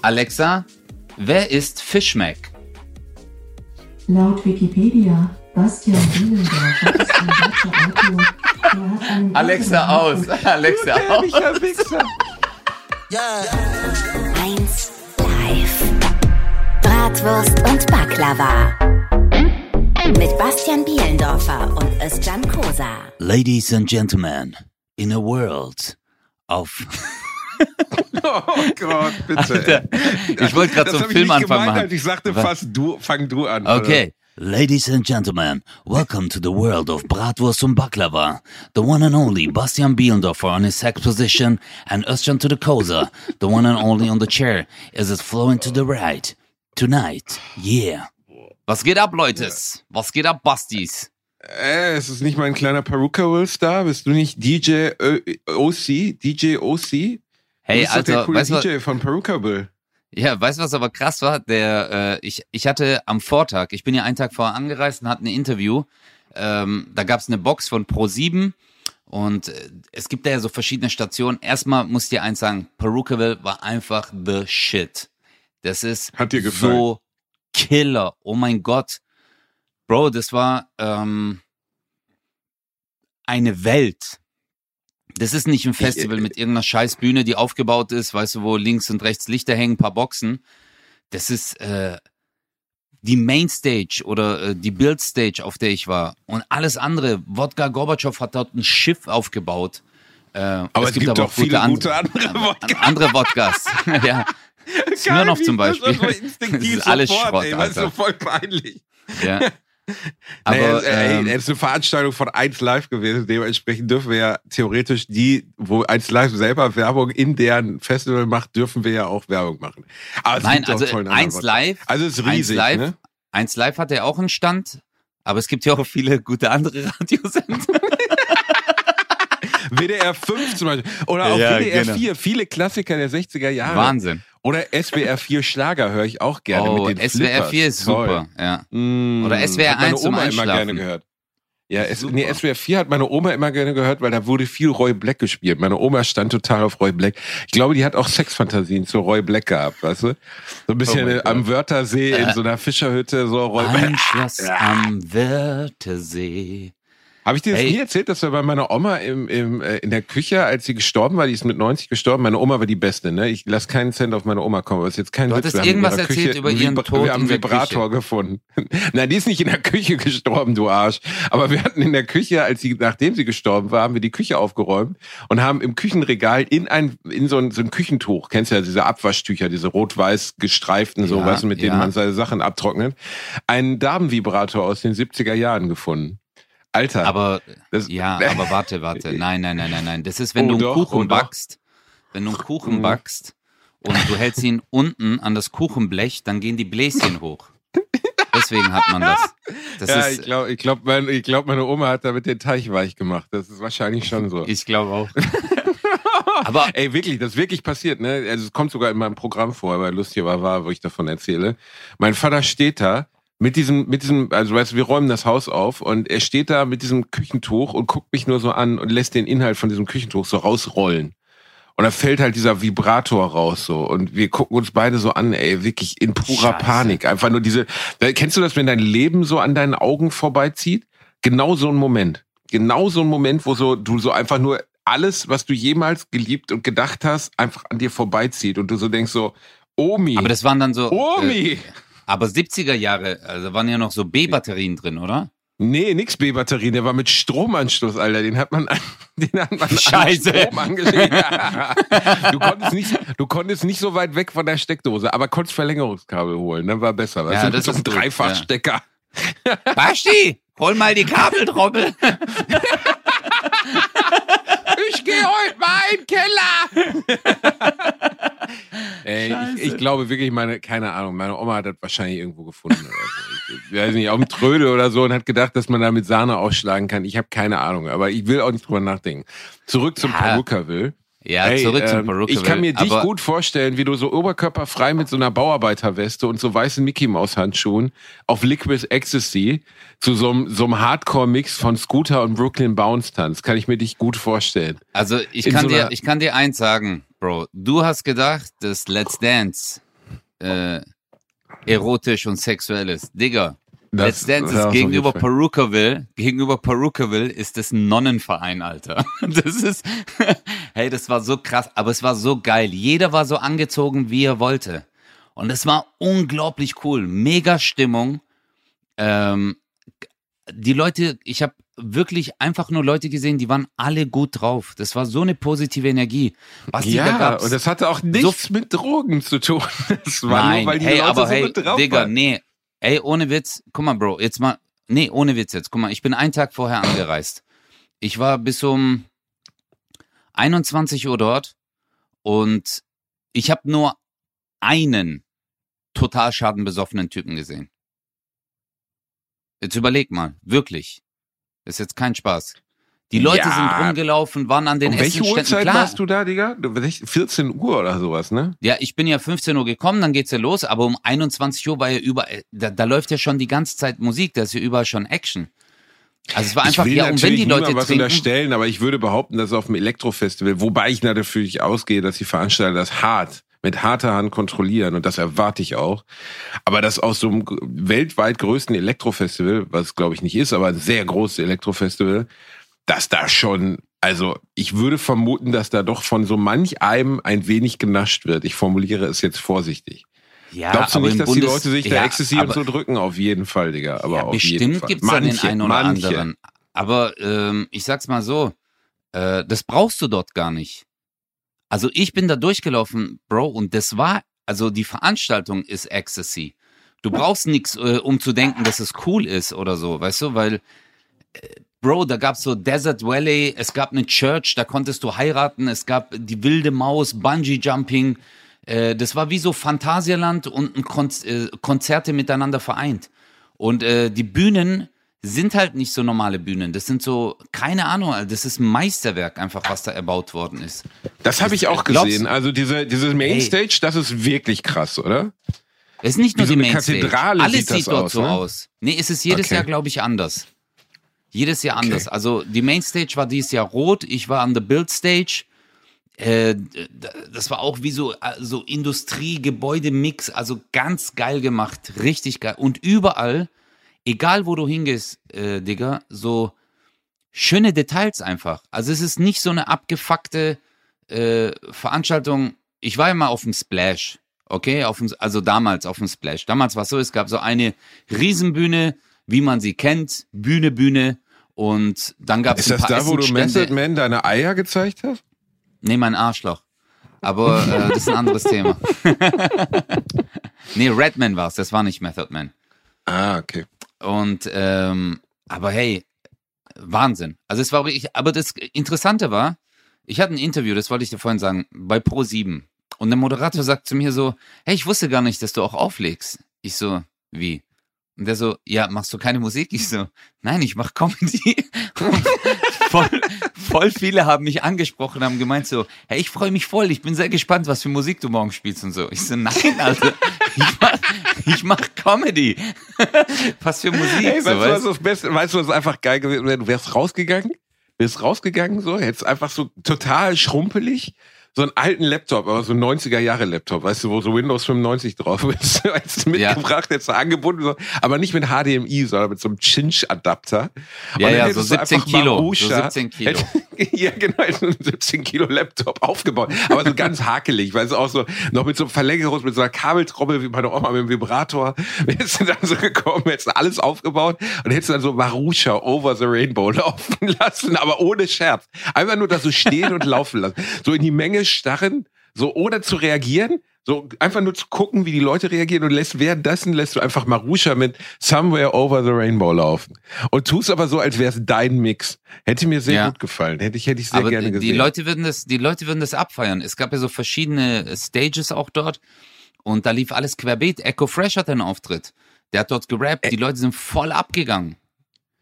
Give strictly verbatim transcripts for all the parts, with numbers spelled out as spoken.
Alexa, wer ist Fischmeck? Laut Wikipedia, Bastian Bielendorfer ist ein deutscher Autor. Er hat einen Alexa aus, Alexa aus. eins live. Bratwurst und Baklava. Mit Bastian Bielendorfer und Özcan Kosa. Ladies and Gentlemen, in a world of... Oh Gott, bitte. Alter, ich wollte gerade so einen Film anfangen machen. Ich sagte fast, du, fang du an. Okay. Ladies and gentlemen, welcome to the world of Bratwurst und Baklava. The one and only Bastian Bielendorfer on his sex position and Özcan to the Kosa. The one and only on the chair as it's flowing to the right. Tonight, yeah. Was geht ab, Leutes? Was geht ab, Bastis? Äh, es ist nicht mein kleiner Peruka-Will-Star. Bist du nicht D J O C? D J O C? Hey, du bist Alter, doch der coole weißt du D J von Peruka Will. Ja, weißt du, was aber krass war? Der, äh, ich, ich hatte am Vortag, ich bin ja einen Tag vorher angereist und hatte ein Interview. Ähm, da gab's eine Box von Pro sieben und äh, es gibt da ja so verschiedene Stationen. Erstmal muss ich dir eins sagen, Perukaville war einfach the shit. Das ist Hat dir gefallen? so Killer. Oh mein Gott. Bro, das war ähm, eine Welt. Das ist nicht ein Festival mit irgendeiner Scheißbühne, die aufgebaut ist, weißt du, wo links und rechts Lichter hängen, ein paar Boxen. Das ist äh, die Mainstage oder äh, die Buildstage, auf der ich war. Und alles andere. Wodka Gorbatschow hat dort ein Schiff aufgebaut. Äh, aber es, es gibt, gibt aber auch viele gute, gute andere, andere Wodkas. Andere Wodkas. Ja. Smirnoff zum Beispiel. Das, das ist alles sofort, Schrott, ey, Alter. das ist so voll peinlich. Ja. Aber naja, Aber, ey, ähm, es ist eine Veranstaltung von eins Live gewesen. Dementsprechend dürfen wir ja theoretisch die, wo eins Live selber Werbung in deren Festival macht, dürfen wir ja auch Werbung machen. Aber es Nein, gibt auch also tollen eins Live, also es ist riesig, eins Live, ne? eins Live hat ja auch einen Stand, aber es gibt ja auch viele gute andere Radiosender. W D R fünf zum Beispiel. Oder auch Ja, W D R vier. genau. Viele Klassiker der sechziger Jahre. Wahnsinn. Oder S W R vier Schlager höre ich auch gerne. Oh, mit den S W R vier ist Toll. super. Ja. Mm, Oder S W R hat meine eins zum Oma immer Einschlafen. gerne gehört. Ja, es, Super. nee, S W R vier hat meine Oma immer gerne gehört, weil da wurde viel Roy Black gespielt. Meine Oma stand total auf Roy Black. Ich glaube, die hat auch Sexfantasien zu Roy Black gehabt, weißt du? So ein bisschen Oh am Wörthersee in so einer Fischerhütte, so Roy Ein Black. Schloss am Wörthersee. Habe ich dir das Hey. nie erzählt, dass wir bei meiner Oma im, im, äh, in der Küche, als sie gestorben war, die ist mit neunzig gestorben, meine Oma war die Beste, ne? Ich lasse keinen Cent auf meine Oma kommen, aber das ist jetzt kein Du Witz. hattest Wir haben in irgendwas ihrer erzählt Küche über einen ihren Vibra- Tod Wir haben in einen der Vibrator Küche. gefunden. Nein, die ist nicht in der Küche gestorben, du Arsch. Aber wir hatten in der Küche, als sie, nachdem sie gestorben war, haben wir die Küche aufgeräumt und haben im Küchenregal in ein, in so ein, so ein Küchentuch, kennst du ja diese Abwaschtücher, diese rot-weiß gestreiften, so, Ja, weißt du, mit denen ja. man seine Sachen abtrocknet, einen Damenvibrator aus den siebziger Jahren gefunden. Alter. Aber Das- ja, aber warte, warte. Nein, nein, nein, nein, nein. Das ist, wenn Oh du einen doch, Kuchen oh doch. backst, wenn du einen Kuchen Mhm. backst und du hältst ihn unten an das Kuchenblech, dann gehen die Bläschen hoch. Deswegen hat man das. Das ja, ist, ich glaube, ich glaub, mein, ich glaub, meine Oma hat damit den Teich weich gemacht. Das ist wahrscheinlich schon so. ich glaube auch. Aber Ey, wirklich, das ist wirklich passiert, ne? Also es kommt sogar in meinem Programm vor, weil lustig war, war, wo ich davon erzähle. Mein Vater steht da mit diesem, mit diesem, also weißt du, wir räumen das Haus auf und er steht da mit diesem Küchentuch und guckt mich nur so an und lässt den Inhalt von diesem Küchentuch so rausrollen. Und da fällt halt dieser Vibrator raus so und wir gucken uns beide so an, ey, wirklich in purer Scheiße. Panik. Einfach nur diese, kennst du das, wenn dein Leben so an deinen Augen vorbeizieht? Genau so ein Moment. Genau so ein Moment, wo so du so einfach nur alles, was du jemals geliebt und gedacht hast, einfach an dir vorbeizieht und du so denkst so, Omi, Aber das waren dann so. Omi. Äh, aber siebziger Jahre, also waren ja noch so B-Batterien drin, oder? Nee, nix B-Batterien, der war mit Stromanschluss, Alter. Den hat man, an- den hat man Scheiße. an Strom angeschlossen. du, konntest nicht, du konntest nicht so weit weg von der Steckdose, aber konntest Verlängerungskabel holen, dann war besser. Weißt Ja, du, das mit so einem ist gut, Dreifachstecker. Basti, hol mal die Kabeltrommel. Ich gehe heute mal in den Keller. Ey, ich, ich glaube wirklich, meine, keine Ahnung, meine Oma hat das wahrscheinlich irgendwo gefunden oder so. Ich, ich weiß nicht, auf dem Trödel oder so und hat gedacht, dass man da mit Sahne ausschlagen kann. Ich habe keine Ahnung, aber ich will auch nicht drüber nachdenken. Zurück zum Ja. Perukaville. Ja, Hey, zurück zum ähm, Perukaville. Ich kann mir dich aber gut vorstellen, wie du so oberkörperfrei mit so einer Bauarbeiterweste und so weißen Mickey-Maus-Handschuhen auf Liquid Ecstasy zu so einem, so einem Hardcore-Mix von Scooter und Brooklyn Bounce tanzt. Kann ich mir dich gut vorstellen. Also ich in kann so dir, einer- ich kann dir eins sagen, Bro. Du hast gedacht, das Let's Dance äh, erotisch und sexuell ist. Digga, Das- Let's Dance ja, ist auf gegenüber jeden Fall. Perukaville, gegenüber Perukaville ist das ein Nonnenverein, Alter. Das ist, hey, das war so krass, aber es war so geil. Jeder war so angezogen, wie er wollte. Und es war unglaublich cool. Mega Stimmung. Ähm, die Leute, ich habe wirklich einfach nur Leute gesehen, die waren alle gut drauf. Das war so eine positive Energie. Basti, da Ja, gab's und das hatte auch nichts mit Drogen zu tun. Das war Nein, nur, weil die hey, Leute aber so hey, gut drauf Digga, waren. nee. Ey, ohne Witz, guck mal, Bro, jetzt mal, nee, ohne Witz jetzt, guck mal, ich bin einen Tag vorher angereist. Ich war bis um einundzwanzig Uhr dort und ich habe nur einen total schadenbesoffenen Typen gesehen. Jetzt überleg mal, wirklich. Ist jetzt kein Spaß. Die Leute Ja. sind rumgelaufen, waren an den Um welche Essenständen. Uhrzeit Klar. warst du da, Digga? Du- vierzehn Uhr oder sowas, ne? Ja, ich bin ja fünfzehn Uhr gekommen, dann geht's ja los, aber um einundzwanzig Uhr war ja überall, da, da läuft ja schon die ganze Zeit Musik, da ist ja überall schon Action. Also es war einfach, ich will ja, und wenn natürlich die Leute niemandem was trinken, unterstellen, aber ich würde behaupten, dass auf dem Elektrofestival, wobei ich natürlich ausgehe, dass die Veranstalter das hart, mit harter Hand kontrollieren und das erwarte ich auch. Aber dass aus so einem weltweit größten Elektrofestival, was glaube ich nicht ist, aber ein sehr großes Elektrofestival, dass da schon, also ich würde vermuten, dass da doch von so manch einem ein wenig genascht wird. Ich formuliere es jetzt vorsichtig. ja, Glaubst du aber nicht, im dass Bundes, die Leute sich ja, da Ecstasy aber, und so drücken? Auf jeden Fall, Digga. Aber ja, auf jeden bestimmt Fall. gibt's da den Manche, einen oder manche. anderen. Aber ähm, ich sag's mal so, äh, das brauchst du dort gar nicht. Also ich bin da durchgelaufen, Bro, und das war, also die Veranstaltung ist Ecstasy. Du brauchst nichts, äh, um zu denken, dass es cool ist oder so, weißt du, weil äh, Bro, da gab's so Desert Valley, es gab eine Church, da konntest du heiraten, es gab die wilde Maus, Bungee Jumping, äh, das war wie so Phantasialand und ein Konz äh, Konzerte miteinander vereint. Und äh, die Bühnen sind halt nicht so normale Bühnen, das sind so, keine Ahnung, das ist ein Meisterwerk einfach, was da erbaut worden ist. Das habe ich auch Glaubst- gesehen. Also diese, diese Mainstage, das ist wirklich krass, oder? Es ist nicht Wie nur so die eine Mainstage. Kathedrale Alles sieht das sieht dort aus, so ne? aus. Nee, es ist jedes Okay. Jahr, glaube ich, anders. Jedes Jahr anders. Okay. Also die Mainstage war dieses Jahr rot, ich war an der Build Stage. Äh, d- das war auch wie so, äh, so Industrie-Gebäude-Mix, also ganz geil gemacht, richtig geil. Und überall, egal wo du hingehst, äh, Digga, so schöne Details einfach. Also es ist nicht so eine abgefuckte äh, Veranstaltung. Ich war ja mal auf dem Splash, okay, auf dem, also damals auf dem Splash. Damals war es so, es gab so eine Riesenbühne, wie man sie kennt, Bühne, Bühne. Und dann gab es Ist ein das paar da, wo du Essenstände. Method Man deine Eier gezeigt hast? Nee, mein Arschloch. Aber äh, das ist ein anderes Thema. Nee, Redman war's, das war nicht Method Man. Ah, okay. Und, ähm, aber hey, Wahnsinn. Also es war wirklich, aber das Interessante war, ich hatte ein Interview, das wollte ich dir vorhin sagen, bei Pro sieben. Und der Moderator sagt zu mir so, hey, ich wusste gar nicht, dass du auch auflegst. Ich so, wie? Und der so, ja, machst du keine Musik? Ich so, nein, ich mach Comedy. voll, voll viele haben mich angesprochen, haben gemeint so, hey, ich freue mich voll, ich bin sehr gespannt, was für Musik du morgen spielst und so. Ich so, nein, Alter, ich mach, ich mach Comedy. Was für Musik, Hey, so, weißt, du, was weißt? das Beste, weißt du, was einfach geil gewesen wäre? Du wärst rausgegangen, wärst rausgegangen, so, hättest einfach so total schrumpelig so einen alten Laptop, aber so ein neunziger-Jahre-Laptop, weißt du, wo so Windows fünfundneunzig drauf ist, hättest du mitgebracht, hättest du angebunden, so, aber nicht mit H D M I, sondern mit so einem Cinch-Adapter. Ja, Und dann ja, hättest so du siebzehn einfach Kilo, Marusha, so siebzehn Kilo. Ja, genau, so ein siebzehn Kilo Laptop aufgebaut, aber so ganz hakelig, weil es auch so, noch mit so einem Verlängerungs, mit so einer Kabeltrommel, wie meine Oma mit dem Vibrator, hättest du dann so gekommen, hättest du alles aufgebaut und hättest dann so Marusha Over the Rainbow laufen lassen, aber ohne Scherz. Einfach nur da so stehen und laufen lassen. So in die Menge starren, so ohne zu reagieren, so einfach nur zu gucken, wie die Leute reagieren und lässt währenddessen lässt du einfach Marusha mit Somewhere Over the Rainbow laufen und tust aber so, als wäre es dein Mix. Hätte mir sehr Ja. gut gefallen, hätte ich hätte ich sehr Aber gerne die, gesehen. die Leute würden das, die Leute würden das abfeiern. Es gab ja so verschiedene Stages auch dort und da lief alles querbeet. Echo Fresh hat einen Auftritt. Der hat dort gerappt. Die Leute sind voll abgegangen.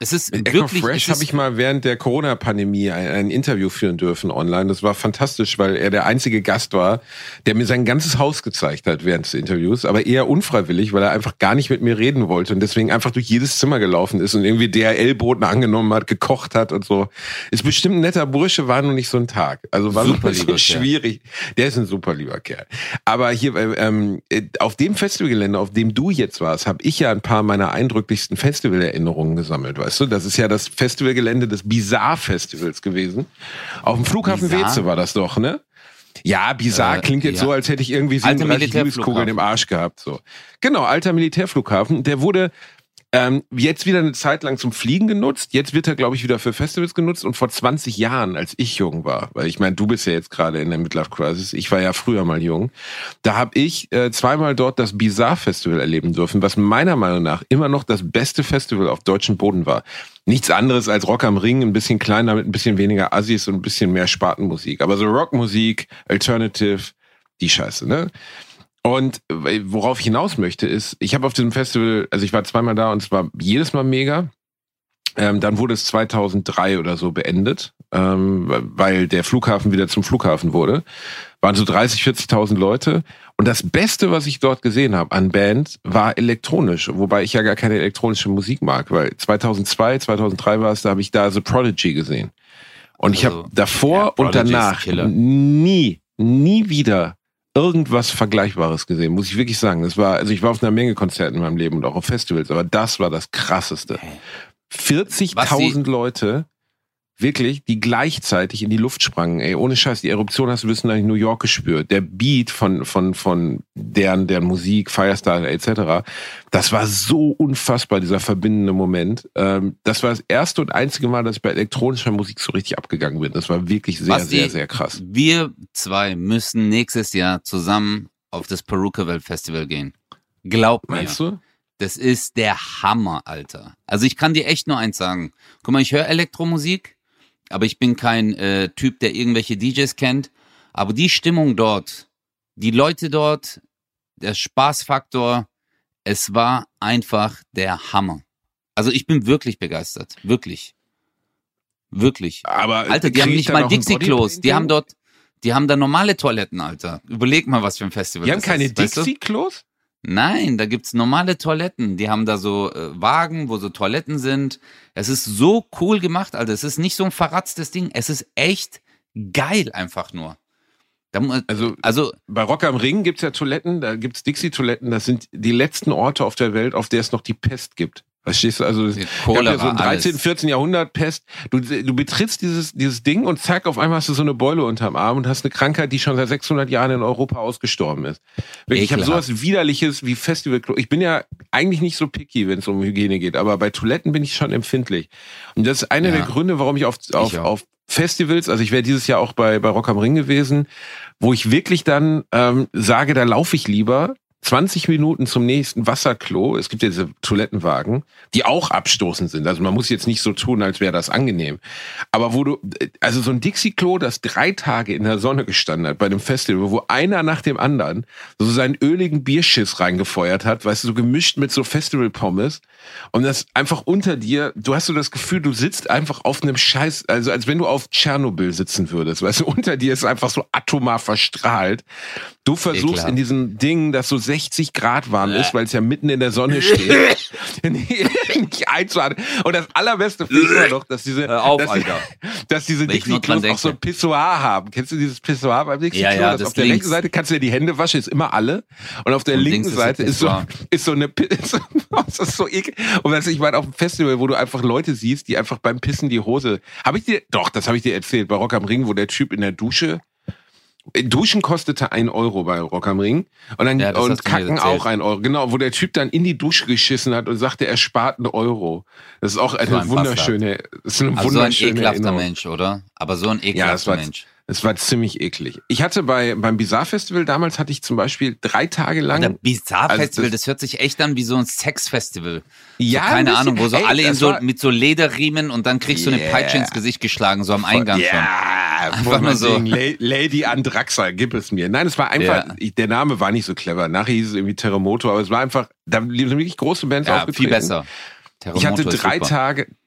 Es ist Mit wirklich... Echo Fresh habe ich mal während der Corona-Pandemie ein, ein Interview führen dürfen online. Das war fantastisch, weil er der einzige Gast war, der mir sein ganzes Haus gezeigt hat während des Interviews, aber eher unfreiwillig, weil er einfach gar nicht mit mir reden wollte und deswegen einfach durch jedes Zimmer gelaufen ist und irgendwie D H L-Boten angenommen hat, gekocht hat und so. Ist bestimmt ein netter Bursche, war nur nicht so ein Tag. Also war super so schwierig. Kerl. Der ist ein super lieber Kerl. Aber hier ähm, auf dem Festivalgelände, auf dem du jetzt warst, habe ich ja ein paar meiner eindrücklichsten Festivalerinnerungen gesammelt, weißt du? Das ist ja das Festivalgelände des Bizarre-Festivals gewesen. Auf dem Flughafen Bizarre? Weeze war das doch, ne? Ja, bizarr Äh, klingt jetzt ja. so, als hätte ich irgendwie siebenunddreißig Liebeskugeln im Arsch gehabt. So. Genau, alter Militärflughafen. Der wurde ähm, jetzt wieder eine Zeit lang zum Fliegen genutzt. Jetzt wird er, glaube ich, wieder für Festivals genutzt. Und vor zwanzig Jahren, als ich jung war, weil ich meine, du bist ja jetzt gerade in der Midlife-Crisis, ich war ja früher mal jung, da habe ich äh, zweimal dort das Bizarre-Festival erleben dürfen, was meiner Meinung nach immer noch das beste Festival auf deutschem Boden war. Nichts anderes als Rock am Ring, ein bisschen kleiner mit ein bisschen weniger Assis und ein bisschen mehr Spartenmusik. Aber so Rockmusik, Alternative, die Scheiße, ne? Und worauf ich hinaus möchte ist, ich habe auf diesem Festival, also ich war zweimal da und es war jedes Mal mega. Ähm, dann wurde es zweitausenddrei oder so beendet, ähm, weil der Flughafen wieder zum Flughafen wurde. Waren so dreißig, vierzigtausend Leute. Und das Beste, was ich dort gesehen habe an Band, war elektronisch. Wobei ich ja gar keine elektronische Musik mag, weil zweitausendzwei, zweitausenddrei war es, da habe ich da The Prodigy gesehen. Und ich Also, habe davor ja, und Prodigy ist danach Killer. nie, nie wieder irgendwas Vergleichbares gesehen, muss ich wirklich sagen. Das war, also ich war auf einer Menge Konzerten in meinem Leben und auch auf Festivals, aber das war das Krasseste. vierzigtausend Leute, wirklich, die gleichzeitig in die Luft sprangen. Ey, ohne Scheiß, die Eruption hast du bis nach New York gespürt. Der Beat von von von deren deren Musik, Firestarter et cetera. Das war so unfassbar, dieser verbindende Moment. Ähm, das war das erste und einzige Mal, dass ich bei elektronischer Musik so richtig abgegangen bin. Das war wirklich sehr, Basti, sehr, sehr krass. Wir zwei müssen nächstes Jahr zusammen auf das Perukaville Festival gehen. Glaub mir. Meinst du? Das ist der Hammer, Alter. Also ich kann dir echt nur eins sagen. Guck mal, ich höre Elektromusik, aber ich bin kein äh, Typ, der irgendwelche D Js kennt. Aber die Stimmung dort, die Leute dort, der Spaßfaktor, es war einfach der Hammer. Also ich bin wirklich begeistert. Wirklich. Wirklich. Aber Alter, die krieg haben ich nicht da mal noch ein Dixie-Klos. Die Bodypainting? haben dort, die haben da normale Toiletten, Alter. Überleg mal, was für ein Festival Die haben das keine ist. weißt du? Dixie-Klos? Nein, da gibt's normale Toiletten. Die haben da so äh, Wagen, wo so Toiletten sind. Es ist so cool gemacht, Alter. Es ist nicht so ein verratztes Ding. Es ist echt geil einfach nur. Da, mu- Also, also bei Rock am Ring gibt's ja Toiletten, da gibt's Dixie-Toiletten, das sind die letzten Orte auf der Welt, auf der es noch die Pest gibt. Verstehst du? Also, es Die gab Cholera, ja so im dreizehnten, alles. vierzehnten Jahrhundert Pest. Du, du betrittst dieses, dieses Ding und zack, auf einmal hast du so eine Beule unterm Arm und hast eine Krankheit, die schon seit sechshundert Jahren in Europa ausgestorben ist. Wirklich, ich habe Ekelhaft. sowas Widerliches wie Festivalklo. Ich bin ja eigentlich nicht so picky, wenn es um Hygiene geht, aber bei Toiletten bin ich schon empfindlich. Und das ist einer Ja. der Gründe, warum ich auf, auf, Ich auch. auf Festivals, also ich wäre dieses Jahr auch bei, bei Rock am Ring gewesen, wo ich wirklich dann ähm, sage, da laufe ich lieber zwanzig Minuten zum nächsten Wasserklo. Es gibt ja diese Toilettenwagen, die auch abstoßend sind. Also man muss jetzt nicht so tun, als wäre das angenehm. Aber wo du, also so ein Dixie-Klo, das drei Tage in der Sonne gestanden hat bei einem Festival, wo einer nach dem anderen so seinen öligen Bierschiss reingefeuert hat, weißt du, so gemischt mit so Festival-Pommes. Und das einfach unter dir, du hast so das Gefühl, du sitzt einfach auf einem Scheiß, also als wenn du auf Tschernobyl sitzen würdest. Weißt du, unter dir ist einfach so atomar verstrahlt. Du versuchst Ekelhaft. in diesem Ding, das so sechzig Grad warm ist, weil es ja mitten in der Sonne steht, nicht einzuatmen. Und das Allerbeste finde ich immer noch, dass diese, Hör auf, dass, Alter. dass diese Wenn ich nur dran Dixie-Klos auch so ein Pissoir haben. Kennst du dieses Pissoir beim Dixie-Klo? Ja, ja, das das auf der links. rechten Seite kannst du dir die Hände waschen, ist immer alle. Und auf der Und linken links ist Seite das ist so, Pissoir. ist so eine, Pi- ist so, das ist so ekel. Und weißt du, ich meine, auf dem Festival, wo du einfach Leute siehst, die einfach beim Pissen die Hose, habe ich dir, doch, das habe ich dir erzählt, bei Rock am Ring, wo der Typ in der Dusche, Duschen kostete ein Euro bei Rock am Ring und dann Ja, das und hast du mir Kacken erzählt. auch ein Euro. Genau, wo der Typ dann in die Dusche geschissen hat und sagte, er spart einen Euro. Das ist auch eine So ein wunderschöne, das ist eine Also so ein wunderschöne ekelhafter Erinnerung. Mensch, oder? Aber so ein Ja, das ekelhafter war, Mensch. das war ziemlich eklig. Ich hatte bei beim Bizarre Festival damals hatte ich zum Beispiel drei Tage lang. Der Bizarre-Festival, Also das, das- hört sich echt an wie so ein Sexfestival. Ja, so, ein keine bisschen. Ahnung, wo so Ey, alle in das so, war- mit so Lederriemen und dann kriegst du eine Yeah. Peitsche ins Gesicht geschlagen, so am Eingang schon. Ja, Einfach nur so. so. Lady Andraxa, gib es mir. Nein, es war einfach, Ja. ich, der Name war nicht so clever. Nachher hieß es irgendwie Terremoto, aber es war einfach, da sind wirklich große Bands Ja, aufgetreten. viel besser. Ich hatte Terremoto ist drei super. Tage,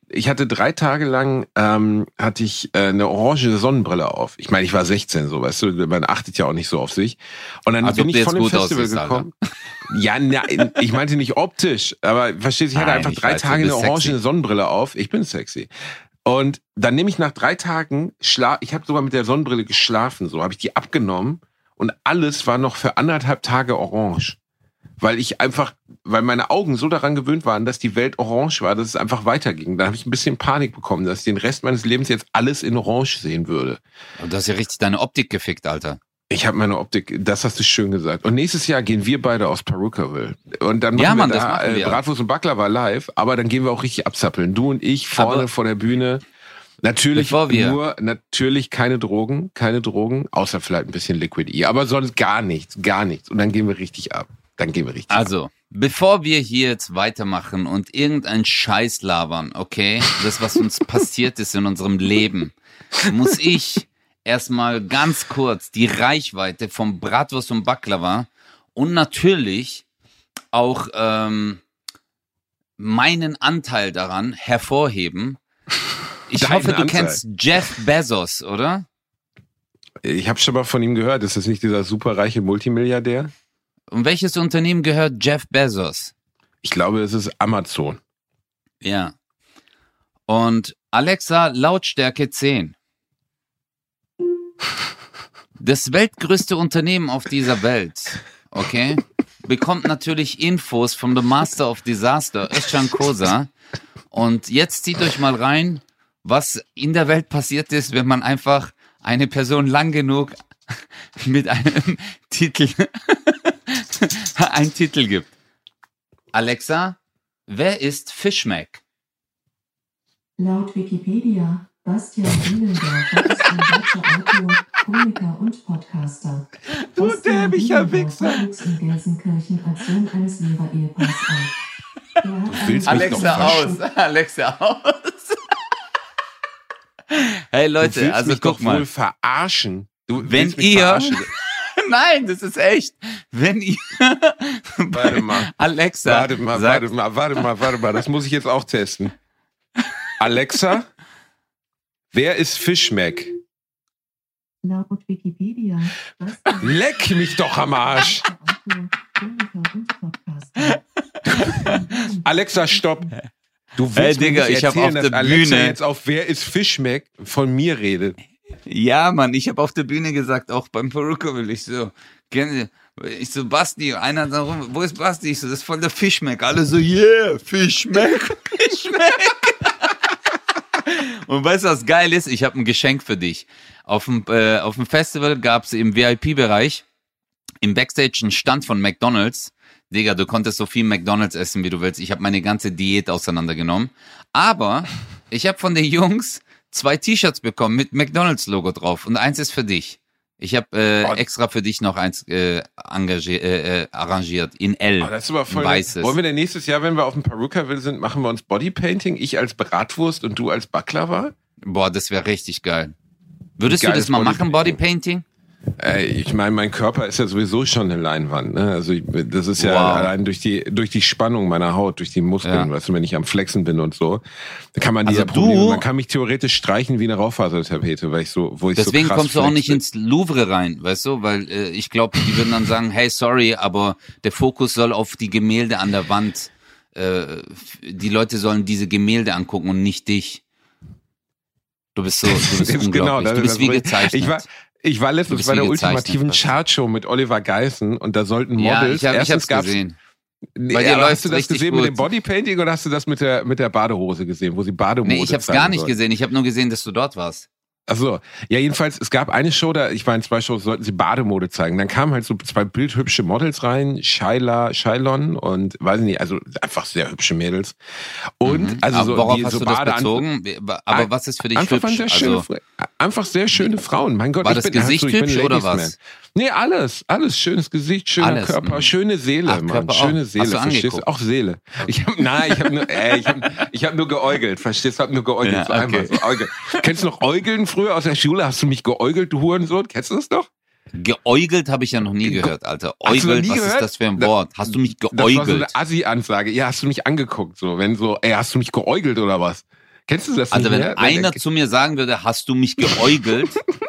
ich hatte drei Tage lang, ähm, hatte ich äh, eine orange Sonnenbrille auf. Ich meine, ich war sechzehn, so, weißt du, man achtet ja auch nicht so auf sich. Und dann also bin ich von dem Festival aussiehst, gekommen. Alter. Ja, na, ich meinte nicht optisch, aber verstehst du, ich hatte Nein, einfach ich drei weiß, Tage eine orange sexy. Sonnenbrille auf. Ich bin sexy. Und dann nehme ich nach drei Tagen, schla- ich habe sogar mit der Sonnenbrille geschlafen, so habe ich die abgenommen und alles war noch für anderthalb Tage orange. Weil ich einfach, weil meine Augen so daran gewöhnt waren, dass die Welt orange war, dass es einfach weiterging. Da habe ich ein bisschen Panik bekommen, dass ich den Rest meines Lebens jetzt alles in orange sehen würde. Und du hast ja richtig deine Optik gefickt, Alter. Ich habe meine Optik, das hast du schön gesagt. Und nächstes Jahr gehen wir beide aus Perukaville. Und dann machen ja, Mann, wir da das wir. Bratwurst und Baklava live, aber dann gehen wir auch richtig abzappeln. Du und ich vorne aber vor der Bühne. Natürlich nur, natürlich keine Drogen, keine Drogen, außer vielleicht ein bisschen Liquid E, aber sonst gar nichts, gar nichts. Und dann gehen wir richtig ab. Dann gehen wir richtig Also, ab. bevor wir hier jetzt weitermachen und irgendeinen Scheiß labern, okay, das, was uns passiert ist in unserem Leben, muss ich erstmal ganz kurz die Reichweite vom Bratwurst und Baklava und natürlich auch ähm, meinen Anteil daran hervorheben. Ich Deinen hoffe, du Anteil. kennst Jeff Bezos, oder? Ich habe schon mal von ihm gehört. Ist das nicht dieser superreiche Multimilliardär? Und welches Unternehmen gehört Jeff Bezos? Ich glaube, es ist Amazon. Ja. Und Alexa, Lautstärke zehn. Das weltgrößte Unternehmen auf dieser Welt, okay, bekommt natürlich Infos vom The Master of Disaster, Özcan Kosa. Und jetzt zieht euch mal rein, was in der Welt passiert ist, wenn man einfach eine Person lang genug mit einem Titel einen Titel gibt. Alexa, wer ist Fishmack? Laut Wikipedia, Bastian Bielendorfer ist ein deutscher Autor, Komiker und Podcaster. Du dämlicher Wichser! Wuchs in Gelsenkirchen als Sohn eines Lehrer-Ehepaars auf. Alexa aus, Alexa aus. Hey Leute, du willst also mich guck doch mal. Wohl verarschen. Du wenn ihr, nein, das ist echt. Wenn ihr, warte mal, Alexa, warte mal, sagt, warte mal, warte mal, warte mal, das muss ich jetzt auch testen. Alexa, wer ist Fishmack? Laut Wikipedia. Leck mich doch am Arsch. Alexa, stopp. Du willst hey, Digga, mir nicht ich habe auf der Alexa Bühne jetzt auf wer ist Fishmack von mir redet. Ja, Mann, ich habe auf der Bühne gesagt, auch beim Perukaville, ich so, ich so, Basti, einer da rum, wo ist Basti? Ich so, das ist voll der Fishmack. Alle so, yeah, Fishmack, Fishmack. Und weißt du, was geil ist? Ich habe ein Geschenk für dich. Auf dem, äh, auf dem Festival gab es im V I P-Bereich im Backstage einen Stand von McDonald's. Digga, du konntest so viel McDonald's essen, wie du willst. Ich habe meine ganze Diät auseinandergenommen. Aber ich habe von den Jungs zwei T-Shirts bekommen mit McDonald's-Logo drauf. Und eins ist für dich. Ich habe äh, extra für dich noch eins äh, engagier, äh, arrangiert. In L. Oh, das ist aber voll weißes. Wollen wir denn nächstes Jahr, wenn wir auf dem Perukaville sind, machen wir uns Bodypainting? Ich als Bratwurst und du als Baklava? Boah, das wäre richtig geil. Würdest du das mal machen, Bodypainting? Ey, ich meine, mein Körper ist ja sowieso schon eine Leinwand, ne? Also ich, das ist ja wow. allein durch die durch die Spannung meiner Haut, durch die Muskeln, ja. weißt du, wenn ich am Flexen bin und so, da kann man die also ja Probleme, man kann mich theoretisch streichen wie eine Raufasertapete, weil ich so, wo ich deswegen so krass kommst du auch nicht bin. ins Louvre rein, weißt du, weil äh, ich glaube, die würden dann sagen, hey, sorry, aber der Fokus soll auf die Gemälde an der Wand, äh, die Leute sollen diese Gemälde angucken und nicht dich. Du bist so, du bist unglaublich, genau, du bist wie gezeichnet. Ich war, Ich war letztens bei der ultimativen Chartshow mit Oliver Geissen und da sollten Models. Ja, ich, hab, ich hab's gesehen. Bei dir ja, hast du das gesehen gut. mit dem Bodypainting oder hast du das mit der mit der Badehose gesehen, wo sie Bademode Nee, ich hab's gar nicht soll. gesehen. Ich habe nur gesehen, dass du dort warst. Ach so. Ja, jedenfalls, es gab eine Show, da, ich war in zwei Shows, sollten sie Bademode zeigen. Dann kamen halt so zwei bildhübsche Models rein, Shyla, Shylon und, weiß ich nicht, also einfach sehr hübsche Mädels. Und, mhm. also aber so, worauf die, hast so du das Bade bezogen? Aber an, was ist für dich einfach hübsch? Sehr schöne, also, einfach sehr schöne Frauen. Mein Gott, war ich das bin, Gesicht also, ich hübsch bin oder was? Man. Nee, alles, alles. Schönes Gesicht, schöner alles, Körper, mh. schöne Seele, Ach, Mann. Schöne auch. Seele, verstehst du? Auch Seele. Ich hab, nein, ich hab nur, äh, ich hab, ich hab nur geäugelt, verstehst du? Hab nur geäugelt, ja, so okay. einmal so Äugel. Kennst du noch Äugeln früher aus der Schule? Hast du mich geäugelt, du Hurensohn? Kennst du das noch? Geäugelt habe ich ja noch nie gehört, Alter. Äugelt, was gehört? Ist das für ein Wort? Hast du mich geäugelt? Das war so eine Assi-Ansage. Ja, hast du mich angeguckt, so, wenn so, ey, hast du mich geäugelt oder was? Kennst du das Also nicht wenn mehr? einer zu mir sagen würde, hast du mich geäugelt,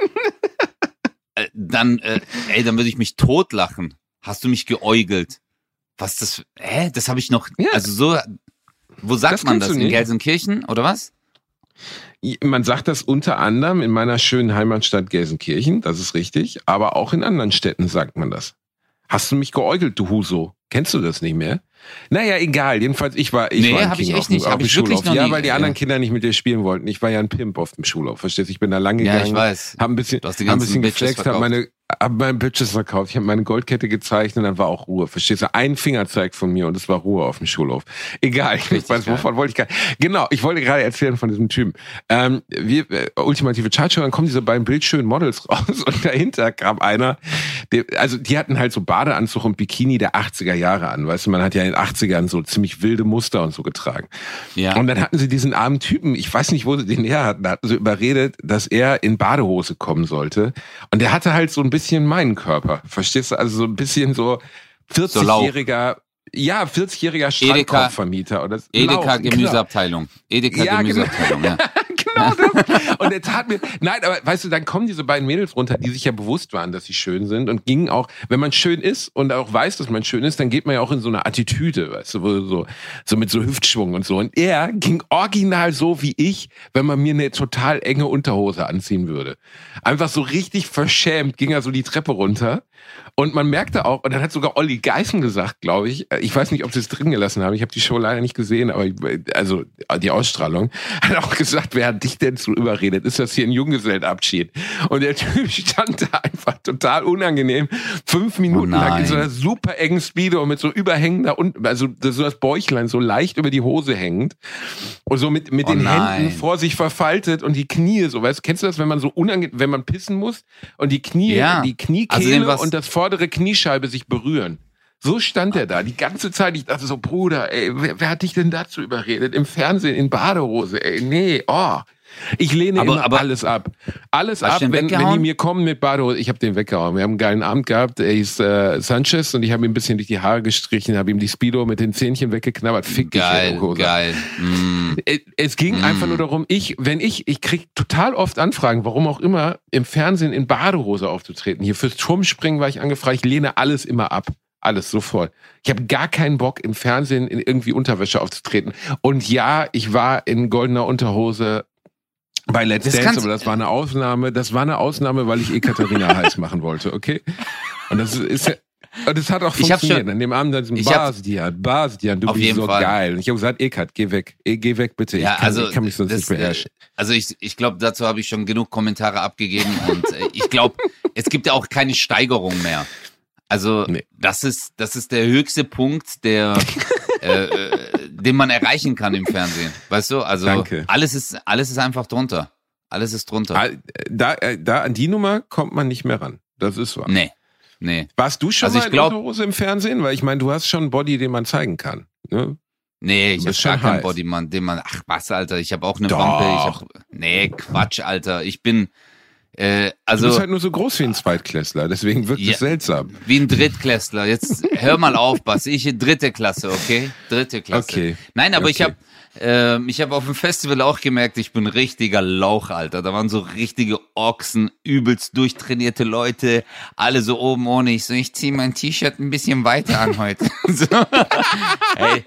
äh, dann, äh, ey, dann würde ich mich totlachen. Hast du mich geäugelt? Was das, hä? Das habe ich noch, Ja. also so, wo sagt Das man kennst das? du In nicht. Gelsenkirchen oder was? Man sagt das unter anderem in meiner schönen Heimatstadt Gelsenkirchen, das ist richtig, aber auch in anderen Städten sagt man das. Hast du mich geäugelt, du Huso? Kennst du das nicht mehr? Naja, egal. Jedenfalls, ich war, ich Nee, war ein hab ich King echt auf dem, nicht. auf Hab dem ich wirklich Schulhof. noch Ja, nie. weil die Ja. anderen Kinder nicht mit dir spielen wollten. Ich war ja ein Pimp auf dem Schulhof. Verstehst du? Ich bin da lang gegangen. Ja, ich weiß. Hab ein bisschen, Du hast die hab ein ganzen bisschen Bitches geflext, hab verkauft. meine, hab meine Bitches verkauft. Ich habe meine Goldkette gezeigt und dann war auch Ruhe. Verstehst du? Ein Fingerzeig von mir und es war Ruhe auf dem Schulhof. Egal. Ich weiß, wovon wollte ich gar Genau, ich wollte gerade erzählen von diesem Typen. Ähm, wir, äh, ultimative Chartshow, dann kommen diese beiden bildschönen Models raus und dahinter kam einer, der, also die hatten halt so Badeanzug und Bikini der achtziger Jahre an. Weißt du, man hat ja in den achtzigern so ziemlich wilde Muster und so getragen. Ja. Und dann hatten sie diesen armen Typen, ich weiß nicht, wo sie den her hatten, hatten sie überredet, dass er in Badehose kommen sollte. Und der hatte halt so ein bisschen meinen Körper. Verstehst du? Also so ein bisschen so vierzigjähriger, ja, vierzigjähriger Strandkorbvermieter. Oder Edeka Lauch, Gemüseabteilung. Edeka Ja, genau. Gemüseabteilung, ja. Genau das. Und er tat mir, nein, aber weißt du, dann kommen diese beiden Mädels runter, die sich ja bewusst waren, dass sie schön sind und gingen auch, wenn man schön ist und auch weiß, dass man schön ist, dann geht man ja auch in so eine Attitüde, weißt du, wo so, so mit so Hüftschwung und so. Und er ging original so wie ich, wenn man mir eine total enge Unterhose anziehen würde. Einfach so richtig verschämt ging er so die Treppe runter. Und man merkte auch, und dann hat sogar Olli Geißen gesagt, glaube ich, ich weiß nicht, ob sie es drin gelassen haben, ich habe die Show leider nicht gesehen, aber ich, also die Ausstrahlung, hat auch gesagt, wer hat dich denn zu überredet? Ist das hier ein Junggesellenabschied? Und der Typ stand da einfach total unangenehm, fünf Minuten Oh lang in so nein. einer super engen Speedo mit so überhängender, und also so das Bäuchlein so leicht über die Hose hängend und so mit, mit Oh den nein. Händen vor sich verfaltet und die Knie so, weißt du, kennst du das, wenn man so unangenehm, wenn man pissen muss und die Knie, Ja. die Kniekehle Also dem was- und das vordere Kniescheibe sich berühren. So stand er da, die ganze Zeit. Ich dachte so, Bruder, ey, wer, wer hat dich denn dazu überredet? Im Fernsehen, in Badehose, ey, nee, oh. Ich lehne Aber- immer aber- alles ab. Alles Hast ab, du den wenn, wenn die weggehauen? mir kommen mit Badehose. Ich habe den weggehauen. Wir haben einen geilen Abend gehabt. Er hieß äh, Sanchez und ich habe ihm ein bisschen durch die Haare gestrichen, habe ihm die Speedo mit den Zähnchen weggeknabbert. Fick dich, Geil, Herr Kosa. geil. Mm. Es- Es ging Mm. einfach nur darum, ich, wenn ich, ich krieg total oft Anfragen, warum auch immer, im Fernsehen in Badehose aufzutreten. Hier fürs Turmspringen war ich angefragt, ich lehne alles immer ab. Alles sofort. Ich habe gar keinen Bock, im Fernsehen in irgendwie Unterwäsche aufzutreten. Und ja, ich war in goldener Unterhose bei Let's Das Dance, kannst- aber das war eine Ausnahme. Das war eine Ausnahme, weil ich eh Katharina heiß machen wollte, okay? Und das ist ja, und das hat auch Ich hab funktioniert. schon- An dem Abend dann diesem ich hab- Bastian, Bastian, du Auf bist jeden so Fall. geil. Und ich habe gesagt, Ekat, geh weg. Eh, Geh weg, bitte. Ja, ich, kann, also ich kann mich sonst das, nicht beherrschen. äh, Also ich, ich glaube, dazu habe ich schon genug Kommentare abgegeben und äh, ich glaube, es gibt ja auch keine Steigerung mehr. Also Nee. das ist das ist der höchste Punkt, der äh, äh, den man erreichen kann im Fernsehen. Weißt du? Also Danke. alles ist alles ist einfach drunter. Alles ist drunter. Ah, Da, äh, da an die Nummer kommt man nicht mehr ran. Das ist wahr. Nee. Nee. Warst du schon Also mal ich in glaub- Unterhose im Fernsehen? Weil ich meine, du hast schon einen Body, den man zeigen kann. Ne? Nee, Du ich habe bist gar schon keinen heiß. Bodyman, den man. Ach was, Alter, ich habe auch eine Doch. Wampe. Ich hab, nee, Quatsch, Alter. Ich bin äh, Du also bist halt nur so groß wie ein Zweitklässler, deswegen wirkt es Ja. seltsam. wie ein Drittklässler. Jetzt hör mal auf, Bas. Ich dritte Klasse, okay? Dritte Klasse. Okay. Nein, aber ich Okay. habe ähm, ich habe auf dem Festival auch gemerkt, ich bin richtiger Lauch, Alter. Da waren so richtige Ochsen, übelst durchtrainierte Leute, alle so oben ohne. Ich so, ich zieh mein T-Shirt ein bisschen weiter an heute. so. Hey.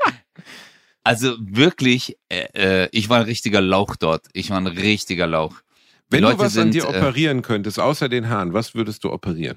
Also wirklich, äh, äh, ich war ein richtiger Lauch dort. Ich war ein richtiger Lauch. Die Wenn Leute du was an sind, dir äh, operieren könntest, außer den Haaren, was würdest du operieren?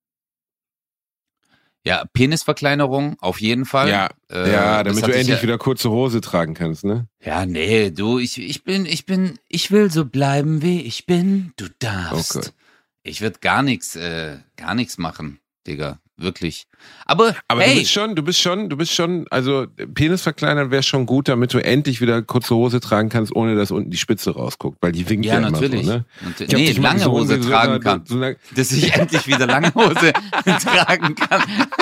Ja, Penisverkleinerung, auf jeden Fall. ja, Äh, ja, das damit hatte du ich endlich ja, wieder kurze Hose tragen kannst, ne? Ja, nee, du, ich, ich bin, ich bin, ich will so bleiben, wie ich bin. Du darfst. Okay. Ich würde gar nichts, äh, gar nichts machen, Digga. Wirklich. Aber, Aber du hey, bist schon, du bist schon, du bist schon, also Penis verkleinern wäre schon gut, damit du endlich wieder kurze Hose tragen kannst, ohne dass unten die Spitze rausguckt, weil die winkt ja, ja, immer natürlich. so, ne? Natu- Ich hab nee, dich mal lange so Hose in so tragen einer- kann. So einer, Dass ich endlich wieder lange Hose tragen kann.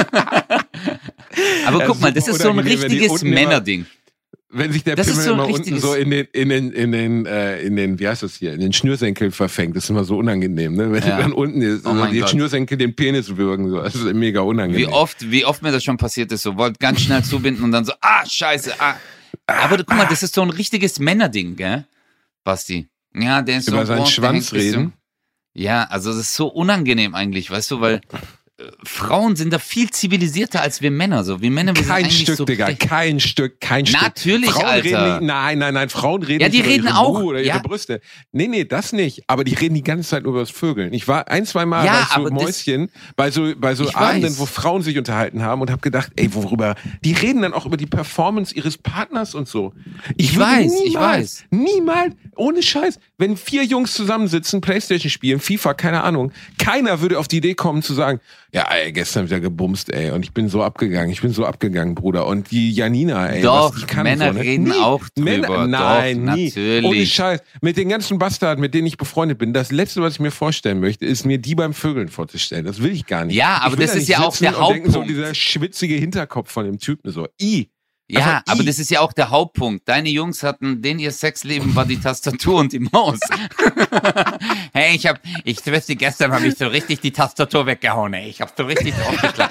Aber Ja, guck mal, das super ist so ein unangenehm, wenn die richtiges unten immer- Männerding. wenn sich der Das ist Pimmel so ein immer unten richtiges- so in den, in den, in den, äh, in den, wie heißt das hier, in den Schnürsenkel verfängt, das ist immer so unangenehm, ne? Wenn Ja. dann unten ist, Oh also mein die Gott. Schnürsenkel den Penis würgen, so, das ist mega unangenehm. Wie oft, wie oft mir das schon passiert ist, so wollt ganz schnell zubinden und dann so, ah, scheiße, ah. Aber du, guck mal, das ist so ein richtiges Männerding, gell? Basti. Ja, der ist Über so seinen groß, Schwanz der hängt bis reden? zum- Ja, also das ist so unangenehm eigentlich, weißt du, weil Frauen sind da viel zivilisierter als wir Männer. So, wir Männer, wir sind Kein eigentlich Stück, so Digga, frech. kein Stück, kein Stück. Natürlich, Frauen Alter. Reden nicht, nein, nein, nein, Frauen reden Ja, die nicht reden über ihre auch, Mu oder ihre ja. Brüste. Nee, nee, das nicht. Aber die reden die ganze Zeit nur über das Vögeln. Ich war ein, zwei Mal Ja, bei so aber das- Mäuschen, bei so, bei so Ich Abenden, weiß. wo Frauen sich unterhalten haben und habe gedacht, ey, worüber? Die reden dann auch über die Performance ihres Partners und so. Ich würde weiß, niemals, ich weiß. Niemals, ohne Scheiß, wenn vier Jungs zusammensitzen, Playstation spielen, FIFA, keine Ahnung, keiner würde auf die Idee kommen zu sagen, ja, ey, gestern wieder gebumst, ey, und ich bin so abgegangen, ich bin so abgegangen, Bruder. Und die Janina, ey, Doch, was die kann Männer so, ne? reden nie. auch drüber. Männer, nein, Doch, nie. natürlich. Ohne Scheiß. Mit den ganzen Bastarden, mit denen ich befreundet bin, das Letzte, was ich mir vorstellen möchte, ist mir die beim Vögeln vorzustellen. Das will ich gar nicht. Ja, aber ich will das da ist nicht ja auch sitzen der und denken, so Hauptpunkt. dieser schwitzige Hinterkopf von dem Typen, so, i. Ja, Einfach aber i. das ist ja auch der Hauptpunkt. Deine Jungs hatten, denen ihr Sexleben war die Tastatur und die Maus. Hey, ich hab, ich wüsste, gestern habe ich so richtig die Tastatur weggehauen, ey. Ich hab so richtig draufgeschlagen.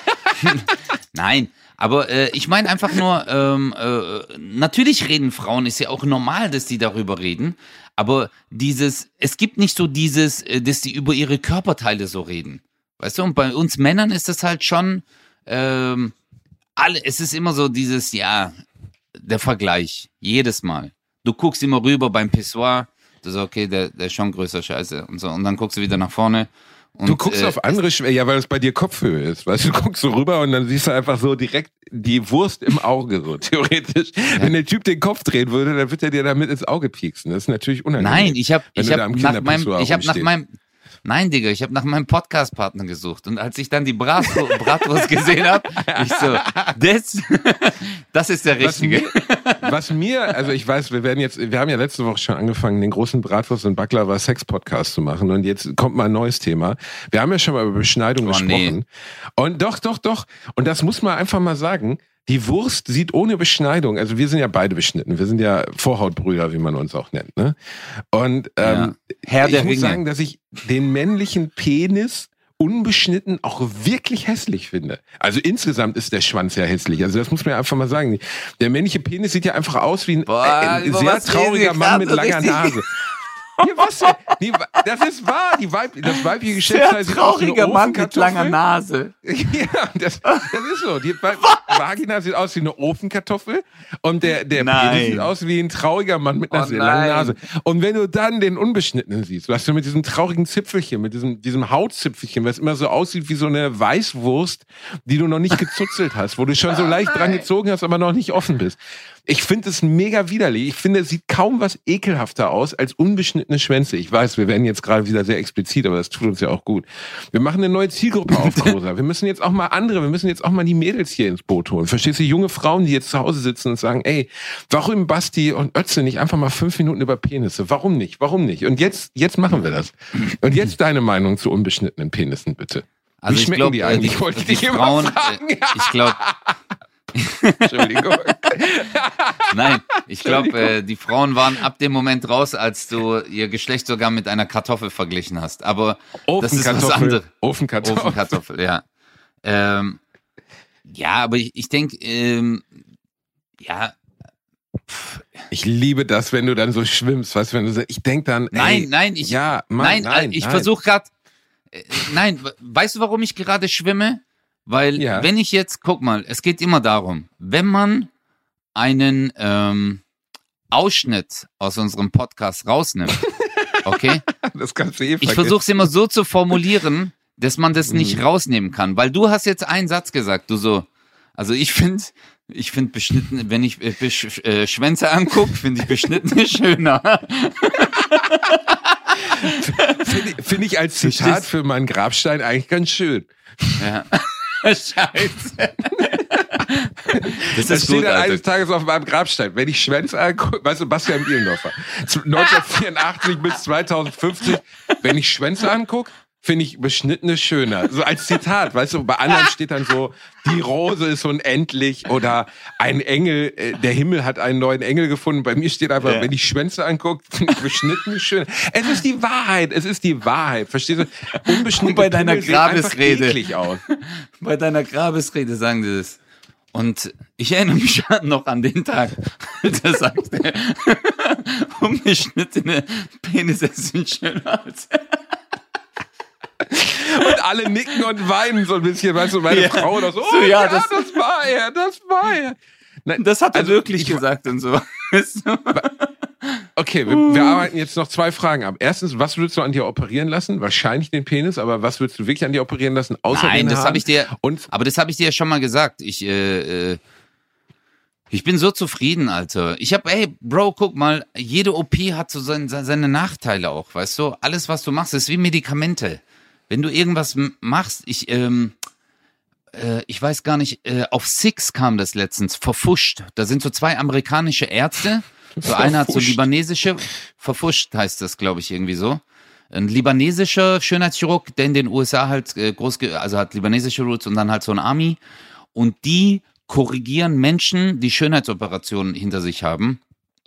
Nein, aber äh, ich meine einfach nur, ähm, äh, natürlich reden Frauen, ist ja auch normal, dass die darüber reden, aber dieses, es gibt nicht so dieses, äh, dass die über ihre Körperteile so reden. Weißt du, und bei uns Männern ist das halt schon, ähm, alle, es ist immer so dieses, ja, der Vergleich, jedes Mal. Du guckst immer rüber beim Pissoir, du sagst, okay, der, der ist schon größer, scheiße, und so, und dann guckst du wieder nach vorne. Und, Du guckst äh, auf andere Schwäche, ja, weil es bei dir Kopfhöhe ist. Weißt du, du guckst so rüber und dann siehst du einfach so direkt die Wurst im Auge, so theoretisch. Ja. Wenn der Typ den Kopf drehen würde, dann wird er dir damit ins Auge pieksen. Das ist natürlich unangenehm. Nein, ich habe wenn ich du da hab am nach meinem, Kinderpissoir ich hab nach rumstehst. meinem, nein, Digga, ich habe nach meinem Podcast-Partner gesucht und als ich dann die Bratwurst, Bratwurst gesehen habe, ich so, das, das ist der Was Richtige. mir, was mir, also ich weiß, wir werden jetzt, wir haben ja letzte Woche schon angefangen, den großen Bratwurst- und Baklava-Sex-Podcast zu machen und jetzt kommt mal ein neues Thema. Wir haben ja schon mal über Beschneidung Oh, gesprochen. nee. Und doch, doch, doch. Und das muss man einfach mal sagen. Die Wurst sieht ohne Beschneidung, also wir sind ja beide beschnitten, wir sind ja Vorhautbrüder, wie man uns auch nennt, ne? Und ähm, Ja. Herr ich der muss Ringe. sagen, dass ich den männlichen Penis unbeschnitten auch wirklich hässlich finde. Also insgesamt ist der Schwanz ja hässlich. Also das muss man ja einfach mal sagen. Der männliche Penis sieht ja einfach aus wie ein, Boah, äh, ein über sehr was reden trauriger wir Mann grad mit so langer richtig? Nase. Ja, was denn? Die, das ist wahr. Die Weib, das weibliche Geschlechtsteil sieht aus wie eine Ofenkartoffel. Nase. Ja, das, das ist so. Die Weib- Vagina sieht aus wie eine Ofenkartoffel und der, der Nein. Penis sieht aus wie ein trauriger Mann mit einer Oh sehr langen nein. Nase. Und wenn du dann den Unbeschnittenen siehst, was du mit diesem traurigen Zipfelchen, mit diesem, diesem Hautzipfelchen, was immer so aussieht wie so eine Weißwurst, die du noch nicht gezuzelt hast, wo du schon so leicht dran gezogen hast, aber noch nicht offen bist. Ich finde es mega widerlich. Ich finde, es sieht kaum was ekelhafter aus als unbeschnittene Schwänze. Ich weiß, wir werden jetzt gerade wieder sehr explizit, aber das tut uns ja auch gut. Wir machen eine neue Zielgruppe auf, Rosa. Wir müssen jetzt auch mal andere, wir müssen jetzt auch mal die Mädels hier ins Boot holen. Verstehst du, junge Frauen, die jetzt zu Hause sitzen und sagen, ey, warum Basti und Ötze nicht einfach mal fünf Minuten über Penisse? Warum nicht? Warum nicht? Und jetzt, jetzt machen wir das. Und jetzt deine Meinung zu unbeschnittenen Penissen, bitte. Also Wie ich schmecken glaub, die äh, eigentlich? die- Wollte die ich immer Frauen, fragen. äh, ich glaube, Entschuldigung. nein, ich glaube, äh, die Frauen waren ab dem Moment raus, als du ihr Geschlecht sogar mit einer Kartoffel verglichen hast. Aber das ist was Ofenkartoffel. anderes. Ofenkartoffel. Ofenkartoffel, ja. Ähm, ja, aber ich, ich denke, ähm, ja, Ich liebe das, wenn du dann so schwimmst, weißt du, wenn du so, ich denk dann, nein, ey, nein, ich, ja, Mann, nein, nein, ich nein. versuche gerade, äh, nein, weißt du, warum ich gerade schwimme? Weil, Ja. wenn ich jetzt, guck mal, es geht immer darum, wenn man einen ähm, Ausschnitt aus unserem Podcast rausnimmt, okay? Das kannst du eh Ich vergessen. versuche es immer so zu formulieren, dass man das nicht Mhm. rausnehmen kann, weil du hast jetzt einen Satz gesagt, du so, also ich finde, ich finde beschnitten, wenn ich äh, Besch äh, Schwänze angucke, finde ich beschnittene schöner. Finde ich, find ich als Zitat Verstehst? für meinen Grabstein eigentlich ganz schön. Ja. Scheiße. Das Das ist steht gut, dann eines Alter. Tages auf meinem Grabstein. Wenn ich Schwänze angucke, weißt du, Bastian Bielendorfer, zu- neunzehnhundertvierundachtzig bis zweitausendfünfzig, wenn ich Schwänze angucke, finde ich beschnittene schöner. So als Zitat, weißt du, bei anderen steht dann so, die Rose ist unendlich oder ein Engel, äh, der Himmel hat einen neuen Engel gefunden. Bei mir steht einfach, Ja. wenn ich Schwänze angucke, finde ich beschnittene schöner. Es ist die Wahrheit, es ist die Wahrheit, verstehst du? Unbeschnittene Und bei deiner Pimmel sehen einfach Grabesrede. eklig aus. Bei deiner Grabesrede sagen die das. Und ich erinnere mich noch an den Tag, da sagt er, Umgeschnittene Penisse sind schöner als... Und alle nicken und weinen so ein bisschen, weißt du, meine Ja. Frau oder so, oh So, ja, ja, das- das, war er, das war er. Nein, Das hat er also, wirklich ich- gesagt und so. Weißt du? Okay, wir, wir arbeiten jetzt noch zwei Fragen ab. Erstens, was würdest du an dir operieren lassen? Wahrscheinlich den Penis, aber was würdest du wirklich an dir operieren lassen? Außer Nein, den das Haaren? habe ich dir. Und Aber das habe ich dir ja schon mal gesagt. Ich, äh, äh, ich bin so zufrieden, Alter. Ich habe, ey, Bro, guck mal, jede O P hat so seine, seine Nachteile auch, weißt du? Alles, was du machst, ist wie Medikamente. Wenn du irgendwas m- machst, ich, ähm, äh, ich weiß gar nicht, äh, auf Six kam das letztens, verfuscht. Da sind so zwei amerikanische Ärzte. So einer hat so Verfuscht. libanesische, verfuscht heißt das, glaube ich, irgendwie so. Ein libanesischer Schönheitschirurg, der in den U S A halt äh, groß, ge- also hat libanesische Roots und dann halt so ein Army. Und die korrigieren Menschen, die Schönheitsoperationen hinter sich haben.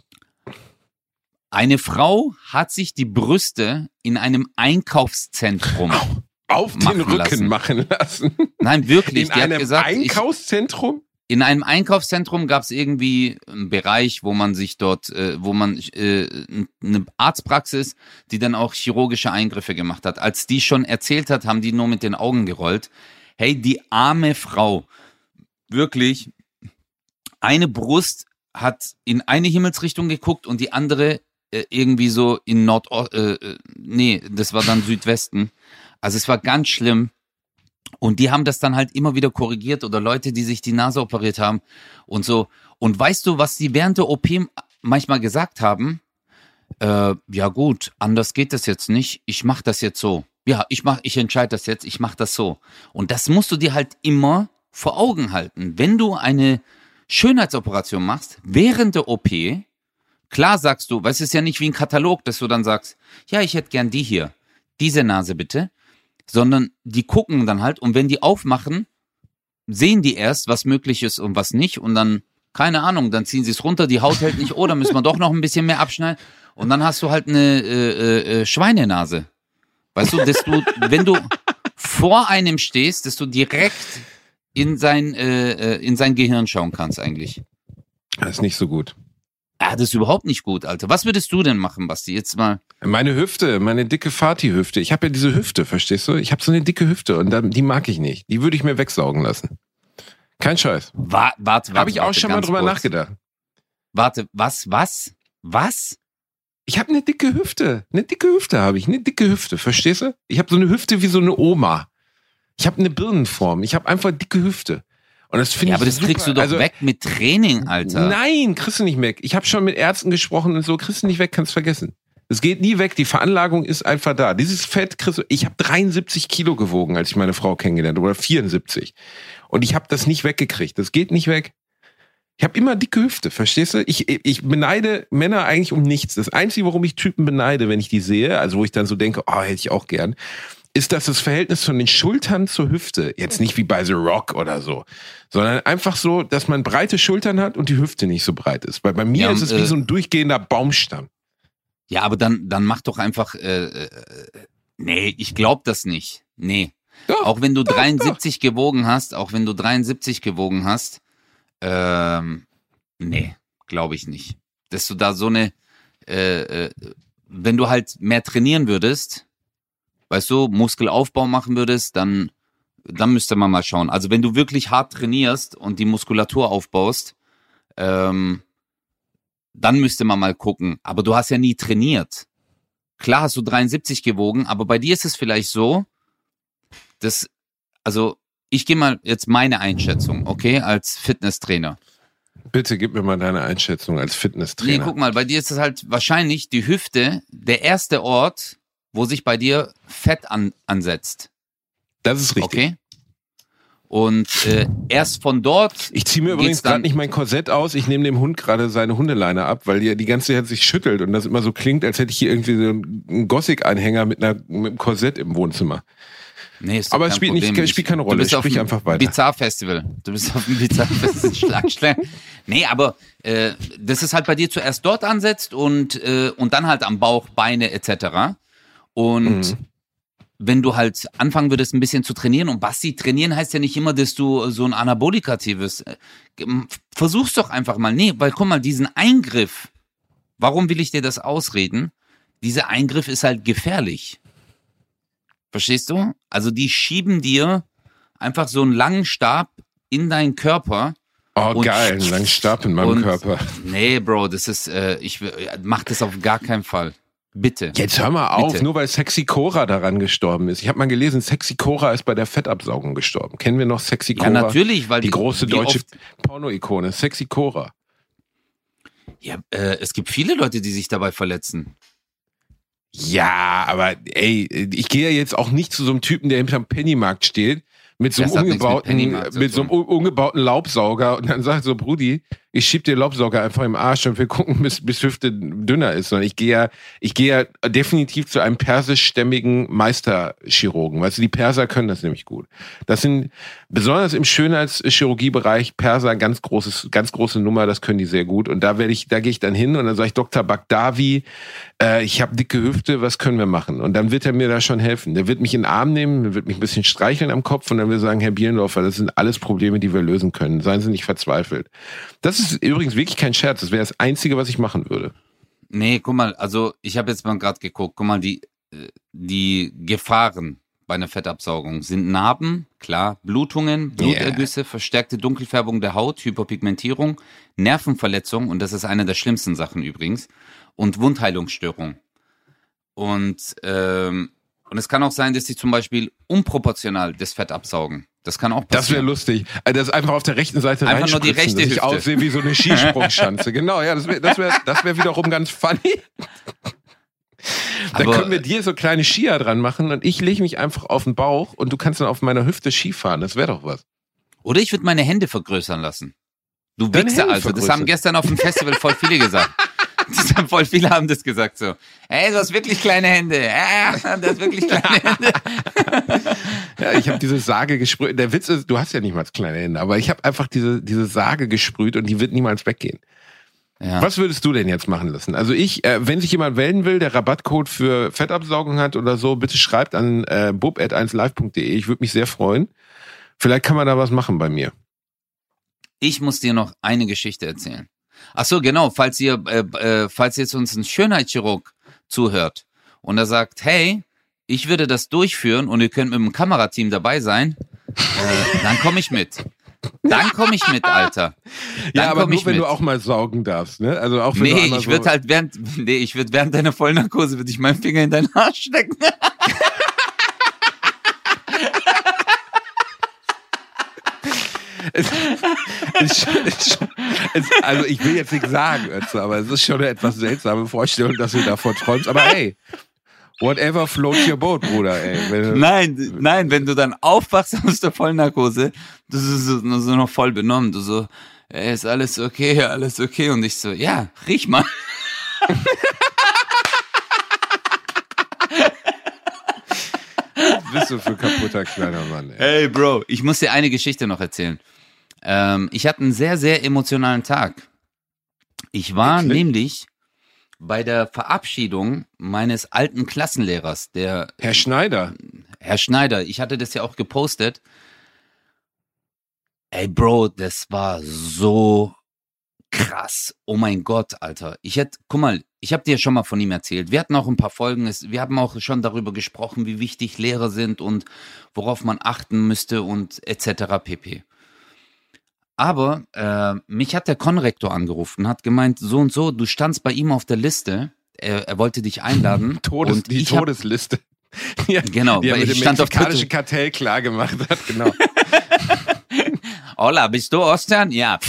Eine Frau hat sich die Brüste in einem Einkaufszentrum, auf den machen Rücken lassen. machen lassen. nein, wirklich, In die hat einem gesagt, ich, Einkaufszentrum? in einem Einkaufszentrum gab es irgendwie einen Bereich, wo man sich dort, äh, wo man äh, eine Arztpraxis, die dann auch chirurgische Eingriffe gemacht hat. Als die schon erzählt hat, haben die nur mit den Augen gerollt. Hey, die arme Frau, wirklich, eine Brust hat in eine Himmelsrichtung geguckt und die andere äh, irgendwie so in Nord, äh, äh, nee, das war dann Südwesten. Also es war ganz schlimm. Und die haben das dann halt immer wieder korrigiert oder Leute, die sich die Nase operiert haben und so. Und weißt du, was die während der O P manchmal gesagt haben? Äh, ja gut, anders geht das jetzt nicht. Ich mach das jetzt so. Ja, ich mach, ich entscheide das jetzt. Ich mach das so. Und das musst du dir halt immer vor Augen halten. Wenn du eine Schönheitsoperation machst während der O P, klar sagst du, weil es ist ja nicht wie ein Katalog, dass du dann sagst, ja, ich hätte gern die hier, diese Nase bitte. Sondern die gucken dann halt und wenn die aufmachen, sehen die erst, was möglich ist und was nicht und dann, keine Ahnung, dann ziehen sie es runter, die Haut hält nicht, oh, dann müssen wir doch noch ein bisschen mehr abschneiden und dann hast du halt eine äh, äh, Schweinenase. Weißt du, dass du, wenn du vor einem stehst, dass du direkt in sein, äh, in sein Gehirn schauen kannst eigentlich. Das ist nicht so gut. Ah, das ist überhaupt nicht gut, Alter. Was würdest du denn machen, Basti? Jetzt mal. Meine Hüfte, meine dicke Fatih-Hüfte. Ich habe ja diese Hüfte, verstehst du? Ich habe so eine dicke Hüfte und dann, die mag ich nicht. Die würde ich mir wegsaugen lassen. Kein Scheiß. Warte, warte, Habe ich auch warte, schon mal ganz drüber kurz. nachgedacht. Warte, was, was? Was? Ich habe eine dicke Hüfte. Eine dicke Hüfte habe ich. Eine dicke Hüfte, verstehst du? Ich habe so eine Hüfte wie so eine Oma. Ich habe eine Birnenform. Ich habe einfach dicke Hüfte. Und das finde Ja, ich aber das super. kriegst du doch Also, weg mit Training, Alter. Nein, kriegst du nicht weg. Ich habe schon mit Ärzten gesprochen und so, kriegst du nicht weg, kannst vergessen. Es geht nie weg, die Veranlagung ist einfach da. Dieses Fett kriegst du, ich habe dreiundsiebzig Kilo gewogen, als ich meine Frau kennengelernt habe, oder vierundsiebzig. Und ich habe das nicht weggekriegt, das geht nicht weg. Ich habe immer dicke Hüfte, verstehst du? Ich, ich beneide Männer eigentlich um nichts. Das Einzige, warum ich Typen beneide, wenn ich die sehe, also wo ich dann so denke, oh, hätte ich auch gern, ist das das Verhältnis von den Schultern zur Hüfte. Jetzt nicht wie bei The Rock oder so, sondern einfach so, dass man breite Schultern hat und die Hüfte nicht so breit ist. Weil bei mir Ja, ist es äh, wie so ein durchgehender Baumstamm. Ja, aber dann, dann mach doch einfach, äh, äh, nee, ich glaub das nicht. Nee. Doch, Auch wenn du doch, dreiundsiebzig gewogen hast, auch wenn du dreiundsiebzig gewogen hast, ähm, nee, glaube ich nicht. Dass du da so eine, äh, äh, wenn du halt mehr trainieren würdest, weißt du, Muskelaufbau machen würdest, dann, dann müsste man mal schauen. Also wenn du wirklich hart trainierst und die Muskulatur aufbaust, ähm, dann müsste man mal gucken. Aber du hast ja nie trainiert. Klar hast du dreiundsiebzig gewogen, aber bei dir ist es vielleicht so, dass, also ich gehe mal jetzt meine Einschätzung, okay, als Fitnesstrainer. Bitte gib mir mal deine Einschätzung als Nee, Fitnesstrainer. guck mal, bei dir ist es halt wahrscheinlich die Hüfte der erste Ort, wo sich bei dir Fett an, ansetzt. Das ist richtig. Okay? Und äh, erst von dort. Ich ziehe mir geht's übrigens dann- gerade nicht mein Korsett aus. Ich nehme dem Hund gerade seine Hundeleine ab, weil die die ganze Zeit sich schüttelt und das immer so klingt, als hätte ich hier irgendwie so einen Gothic-Anhänger mit, einer, mit einem Korsett im Wohnzimmer. Nee, ist doch Aber es kein spielt, nicht, Problem. spielt keine Du Rolle. bist auf Sprich dem einfach weiter. Bizarre-Festival. Du bist auf dem Bizarre-Festival. Schlag, schlag. Nee, aber äh, das ist halt bei dir zuerst dort ansetzt und, äh, und dann halt am Bauch, Beine et cetera. Und Mhm. wenn du halt anfangen würdest, ein bisschen zu trainieren, und Basti, trainieren heißt ja nicht immer, dass du so ein Anabolikativ wirst. Versuch's doch einfach mal. Nee, weil guck mal, diesen Eingriff, Warum will ich dir das ausreden? Dieser Eingriff ist halt gefährlich. Verstehst du? Also die schieben dir einfach so einen langen Stab in deinen Körper. Oh, und, geil, einen langen Stab in meinem und, Körper. Nee, Bro, das ist, äh, ich mach das auf gar keinen Fall. Bitte. Jetzt hör mal auf, Bitte. nur weil Sexy Cora daran gestorben ist. Ich habe mal gelesen, Sexy Cora ist bei der Fettabsaugung gestorben. Kennen wir noch Sexy Cora? Ja, natürlich, weil die die große wie deutsche oft- Porno-Ikone, Sexy Cora. Ja, äh, es gibt viele Leute, die sich dabei verletzen. Ja, aber ey, ich gehe ja jetzt auch nicht zu so einem Typen, der hinterm Pennymarkt steht, mit so einem Das hat nichts mit umgebauten, Pennymarkt zu mit so einem u- umgebauten Laubsauger und dann sagt so, Brudi, ich schieb dir den Laubsauger einfach im Arsch und wir gucken, bis, bis Hüfte dünner ist. Sondern ich gehe ja, ich gehe ja definitiv zu einem persischstämmigen Meisterchirurgen. Weißt du, die Perser können das nämlich gut. Das sind, besonders im Schönheitschirurgiebereich, Perser, ganz großes, ganz große Nummer, das können die sehr gut. Und da werde ich, da gehe ich dann hin und dann sage ich, Doktor Bagdavi, äh, ich habe dicke Hüfte, was können wir machen? Und dann wird er mir da schon helfen. Der wird mich in den Arm nehmen, der wird mich ein bisschen streicheln am Kopf und dann wird er sagen, Herr Bielendorfer, das sind alles Probleme, die wir lösen können. Seien Sie nicht verzweifelt. Das ist übrigens wirklich kein Scherz. Das wäre das Einzige, was ich machen würde. Nee, guck mal, also ich habe jetzt mal gerade geguckt, guck mal, die, äh, die Gefahren bei einer Fettabsaugung sind Narben, klar, Blutungen, Blutergüsse, yeah. verstärkte Dunkelfärbung der Haut, Hyperpigmentierung, Nervenverletzung, und das ist eine der schlimmsten Sachen übrigens, und Wundheilungsstörung. Und, ähm, und es kann auch sein, dass sie zum Beispiel unproportional das Fett absaugen. Das kann auch passieren. Das wäre lustig. Das einfach auf der rechten Seite einfach nur die rechte dass ich Hüfte. aussehe wie so eine Skisprungschanze. Genau, ja, das wäre das wär, das wär wiederum ganz funny. Da Aber, können wir dir so kleine Skier dran machen und ich lege mich einfach auf den Bauch und du kannst dann auf meiner Hüfte Ski fahren. Das wäre doch was. Oder ich würde meine Hände vergrößern lassen. Du Deine Wichser, Hände Alter. Das vergrößern. haben gestern auf dem Festival voll viele gesagt. Das haben voll viele haben das gesagt so. Ey, du hast wirklich kleine Hände. Ja, du hast wirklich kleine Hände. Ja, ich habe diese Sage gesprüht. Der Witz ist, du hast ja niemals kleine Hände, aber ich habe einfach diese, diese Sage gesprüht und die wird niemals weggehen. Ja. Was würdest du denn jetzt machen lassen? Also ich, äh, wenn sich jemand melden will, der Rabattcode für Fettabsaugung hat oder so, bitte schreibt an äh, bub at eins live punkt de. Ich würde mich sehr freuen. Vielleicht kann man da was machen bei mir. Ich muss dir noch eine Geschichte erzählen. Ach so, genau, falls ihr, äh, äh, falls jetzt uns ein Schönheitschirurg zuhört und er sagt, hey, ich würde das durchführen und ihr könnt mit dem Kamerateam dabei sein, äh, dann komme ich mit. Dann komme ich mit, Alter. Dann ja, aber komm nur ich wenn mit. du auch mal saugen darfst, ne? Also auch wenn du Nee, einmal ich so würde halt während, nee, ich würde während deiner Vollnarkose würde ich meinen Finger in deinen Arsch stecken. Es, es, es, es, also ich will jetzt nichts sagen, Ötze, aber es ist schon eine etwas seltsame Vorstellung, dass du davor träumst. Aber hey, whatever floats your boat, Bruder, ey. Wenn, Nein, nein, wenn du dann aufwachst aus der Vollnarkose, du so, so, so noch voll benommen, du so, ey, ist alles okay, alles okay, und ich so, ja, riech mal. was bist du für ein kaputter kleiner Mann, ey. Hey, Bro, ich muss dir eine Geschichte noch erzählen. Ähm, ich hatte einen sehr, sehr emotionalen Tag. Ich war Wirklich? nämlich bei der Verabschiedung meines alten Klassenlehrers, der Herr Schneider. Herr Schneider. Ich hatte das ja auch gepostet. Ey, Bro, das war so krass. Oh mein Gott, Alter. Ich hätte, guck mal, ich habe dir schon mal von ihm erzählt. Wir hatten auch ein paar Folgen. Es, wir haben auch schon darüber gesprochen, wie wichtig Lehrer sind und worauf man achten müsste und et cetera pp. Aber äh, mich hat der Konrektor angerufen, hat gemeint, so und so, du standst bei ihm auf der Liste. Er, er wollte dich einladen. Todes, und die ich hab, Todesliste. Ja, Genau, die er weil mit ich dem stand auf mexikanischen Twitter. Kartell klar gemacht hat, genau. Hola, bist du Ostern? Ja.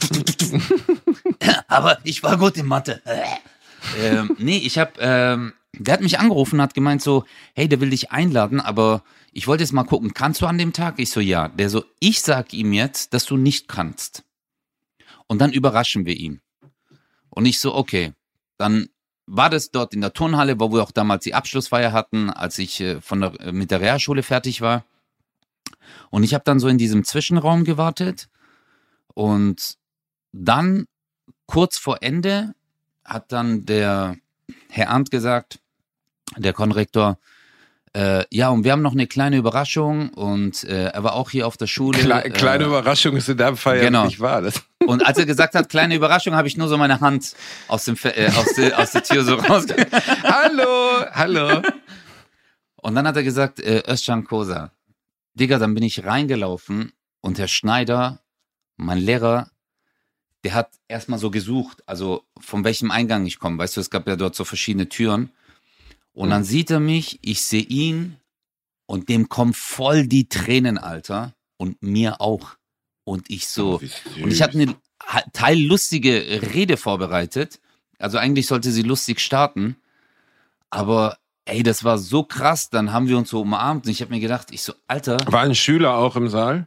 Aber ich war gut in Mathe. ähm, nee, ich hab, ähm, der hat mich angerufen und hat gemeint so, hey, der will dich einladen, aber ich wollte jetzt mal gucken, kannst du an dem Tag? Ich so, ja. Der so, ich sag ihm jetzt, dass du nicht kannst. Und dann überraschen wir ihn. Und ich so, okay. Dann war das dort in der Turnhalle, wo wir auch damals die Abschlussfeier hatten, als ich äh, von der, äh, mit der Realschule fertig war. Und ich habe dann so in diesem Zwischenraum gewartet. Und dann, kurz vor Ende, hat dann der Herr Arndt gesagt, der Konrektor, äh, ja, und wir haben noch eine kleine Überraschung und äh, er war auch hier auf der Schule. Kle kleine äh, Überraschung ist in deinem Fall ja genau. nicht wahr. Das Und als er gesagt hat, kleine Überraschung, habe ich nur so meine Hand aus, dem, äh, aus, der, aus der Tür so rausge... Hallo, hallo. Und dann hat er gesagt, äh, Özcan Kosa. Digga, dann bin ich reingelaufen und Herr Schneider, mein Lehrer, der hat erstmal so gesucht, also von welchem Eingang ich komme. Weißt du, es gab ja dort so verschiedene Türen. Und dann sieht er mich, ich sehe ihn und dem kommen voll die Tränen, Alter. Und mir auch. Und ich so. Oh, und ich hatte eine teillustige Rede vorbereitet. Also eigentlich sollte sie lustig starten. Aber ey, das war so krass. Dann haben wir uns so umarmt. Und ich habe mir gedacht, ich so, Alter. War ein Schüler auch im Saal?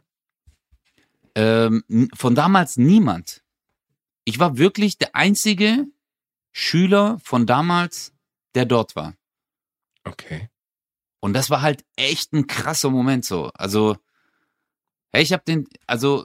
Ähm, von damals niemand. Ich war wirklich der einzige Schüler von damals, der dort war. Okay. Und das war halt echt ein krasser Moment so. Also, hey, ich habe den, also,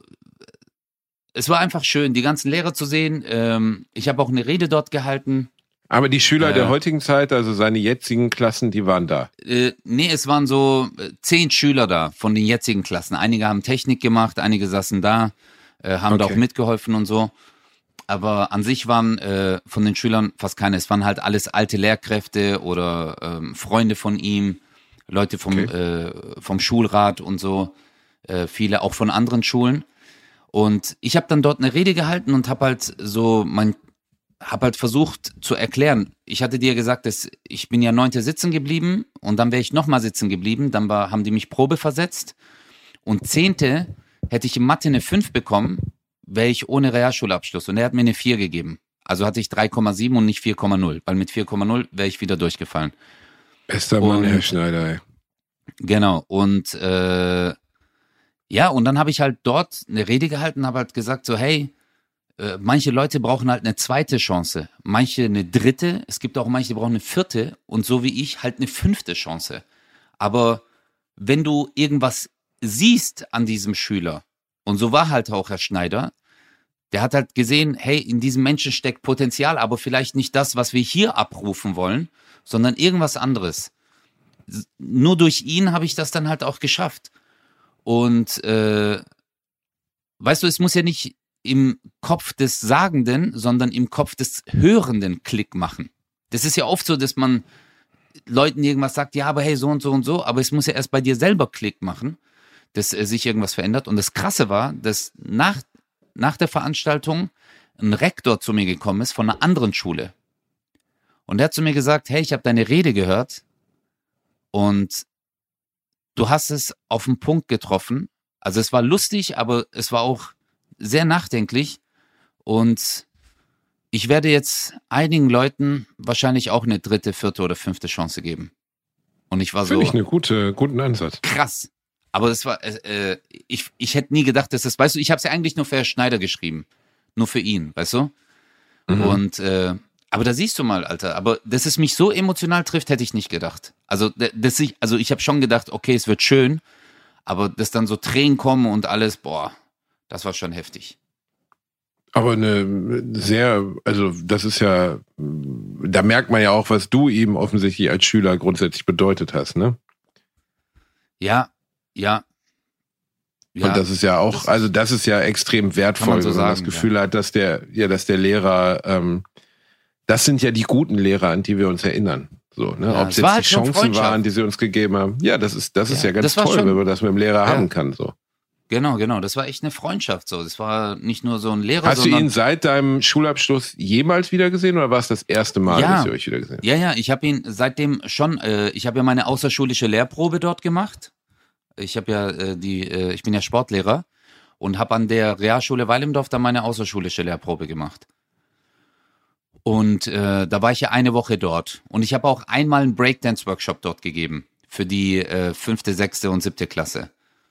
es war einfach schön, die ganzen Lehrer zu sehen. Ähm, ich habe auch eine Rede dort gehalten. Aber die Schüler äh, der heutigen Zeit, also seine jetzigen Klassen, die waren da? Äh, nee, es waren so äh, zehn Schüler da von den jetzigen Klassen. Einige haben Technik gemacht, einige saßen da, äh, haben Okay. da auch mitgeholfen und so. Aber an sich waren äh, von den Schülern fast keine. Es waren halt alles alte Lehrkräfte oder ähm, Freunde von ihm, Leute vom, Okay. äh, vom Schulrat und so, äh, viele auch von anderen Schulen. Und ich habe dann dort eine Rede gehalten und habe halt so mein, habe halt versucht zu erklären. Ich hatte dir gesagt, dass ich bin ja neunte sitzen geblieben und dann wäre ich nochmal sitzen geblieben. Dann war, haben die mich Probe versetzt und zehnte hätte ich in Mathe eine fünf bekommen, wäre ich ohne Realschulabschluss und er hat mir eine vier gegeben. Also hatte ich drei Komma sieben und nicht vier Komma null, weil mit vier Komma null wäre ich wieder durchgefallen. Bester Mann, Und- Herr Schneider, ey. Genau, und äh, ja, und dann habe ich halt dort eine Rede gehalten, habe halt gesagt so, hey, äh, manche Leute brauchen halt eine zweite Chance, manche eine dritte, es gibt auch manche, die brauchen eine vierte und so wie ich halt eine fünfte Chance. Aber wenn du irgendwas siehst an diesem Schüler, und so war halt auch Herr Schneider, der hat halt gesehen, hey, in diesem Menschen steckt Potenzial, aber vielleicht nicht das, was wir hier abrufen wollen, sondern irgendwas anderes. Nur durch ihn habe ich das dann halt auch geschafft. Und äh, weißt du, es muss ja nicht im Kopf des Sagenden, sondern im Kopf des Hörenden Klick machen. Das ist ja oft so, dass man Leuten irgendwas sagt, ja, aber hey, so und so und so, aber es muss ja erst bei dir selber Klick machen, dass äh, sich irgendwas verändert. Und das Krasse war, dass nach, nach der Veranstaltung ein Rektor zu mir gekommen ist von einer anderen Schule. Und der hat zu mir gesagt, hey, ich habe deine Rede gehört und du hast es auf den Punkt getroffen. Also es war lustig, aber es war auch sehr nachdenklich. Und ich werde jetzt einigen Leuten wahrscheinlich auch eine dritte, vierte oder fünfte Chance geben. Und ich war so, Finde ich einen gute, guten Ansatz. krass. Aber das war, äh, ich, ich hätte nie gedacht, dass das, weißt du, ich habe es ja eigentlich nur für Herr Schneider geschrieben. Nur für ihn, weißt du? Mhm. Und, äh, aber da siehst du mal, Alter, aber dass es mich so emotional trifft, hätte ich nicht gedacht. Also, d- dass ich, also ich habe schon gedacht, okay, es wird schön, aber dass dann so Tränen kommen und alles, boah, das war schon heftig. Aber eine sehr, also das ist ja, da merkt man ja auch, was du ihm offensichtlich als Schüler grundsätzlich bedeutet hast, ne? Ja, ja. Ja, Und das ist ja auch, das ist- also das ist ja extrem wertvoll, so wenn man das sagen, Gefühl hat, dass der, ja, dass der Lehrer, ähm, das sind ja die guten Lehrer, an die wir uns erinnern. So, ne? Ja, Ob es es war jetzt halt die schon Chancen Freundschaft. waren, die sie uns gegeben haben. Ja, das ist, das ist Ja, ja ganz das war toll, schon- wenn man das mit dem Lehrer Ja. haben kann. So. Genau, genau. Das war echt eine Freundschaft so. Das war nicht nur so ein Lehrer, Hast du sondern ihn seit deinem Schulabschluss jemals wieder gesehen oder war es das erste Mal, Ja. dass ihr euch wieder gesehen habt? ja, ja, ich habe ihn seitdem schon, äh, ich habe ja meine außerschulische Lehrprobe dort gemacht. Ich habe ja äh, die, äh, ich bin ja Sportlehrer und habe an der Realschule Weilimdorf dann meine außerschulische Lehrprobe gemacht. Und äh, da war ich ja eine Woche dort. Und ich habe auch einmal einen Breakdance-Workshop dort gegeben für die äh, fünfte, sechste und siebte Klasse.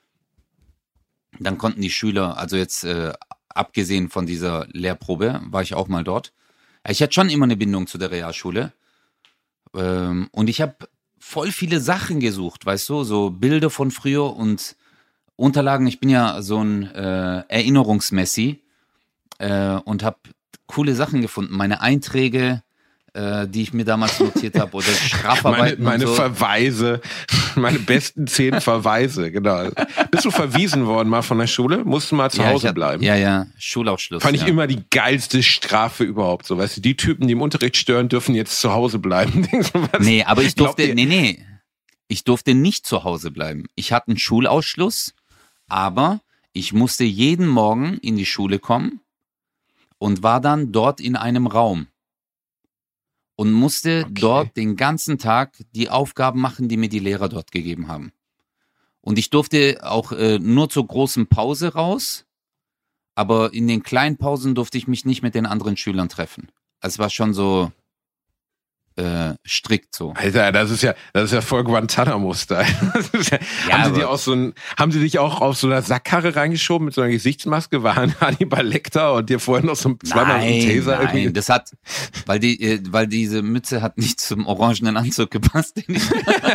Dann konnten die Schüler, also jetzt äh, abgesehen von dieser Lehrprobe, war ich auch mal dort. Ich hatte schon immer eine Bindung zu der Realschule. Ähm, und ich habe voll viele Sachen gesucht, weißt du, so Bilder von früher und Unterlagen. Ich bin ja so ein äh, Erinnerungsmessi äh, und habe coole Sachen gefunden. Meine Einträge, äh, die ich mir damals notiert habe, oder Strafarbeiten. Meine, meine und so. Verweise, meine besten zehn Verweise, genau. Bist du verwiesen worden mal von der Schule? Musst du mal zu ja, Hause hab, bleiben? Ja, ja, Schulausschluss. Fand ich ja. immer die geilste Strafe überhaupt. So, weißt du, die Typen, die im Unterricht stören, dürfen jetzt zu Hause bleiben. Nee, aber ich durfte, ihr? nee, nee, ich durfte nicht zu Hause bleiben. Ich hatte einen Schulausschluss, aber ich musste jeden Morgen in die Schule kommen und war dann dort in einem Raum. Und musste Okay. dort den ganzen Tag die Aufgaben machen, die mir die Lehrer dort gegeben haben. Und ich durfte auch äh, nur zur großen Pause raus, aber in den kleinen Pausen durfte ich mich nicht mit den anderen Schülern treffen. Also es war schon so äh, strikt so. Alter, das ist ja, das ist ja voll Guantanamo-Style. Ja, Ja, haben sie dir aber- auch so ein, haben sie dich auch auf so einer Sackkarre reingeschoben mit so einer Gesichtsmaske, war Hannibal Lecter und dir vorher noch so zweimal einen Nein, Taser irgendwie? nein, das hat, weil die, äh, weil diese Mütze hat nicht zum orangenen Anzug gepasst. Den ich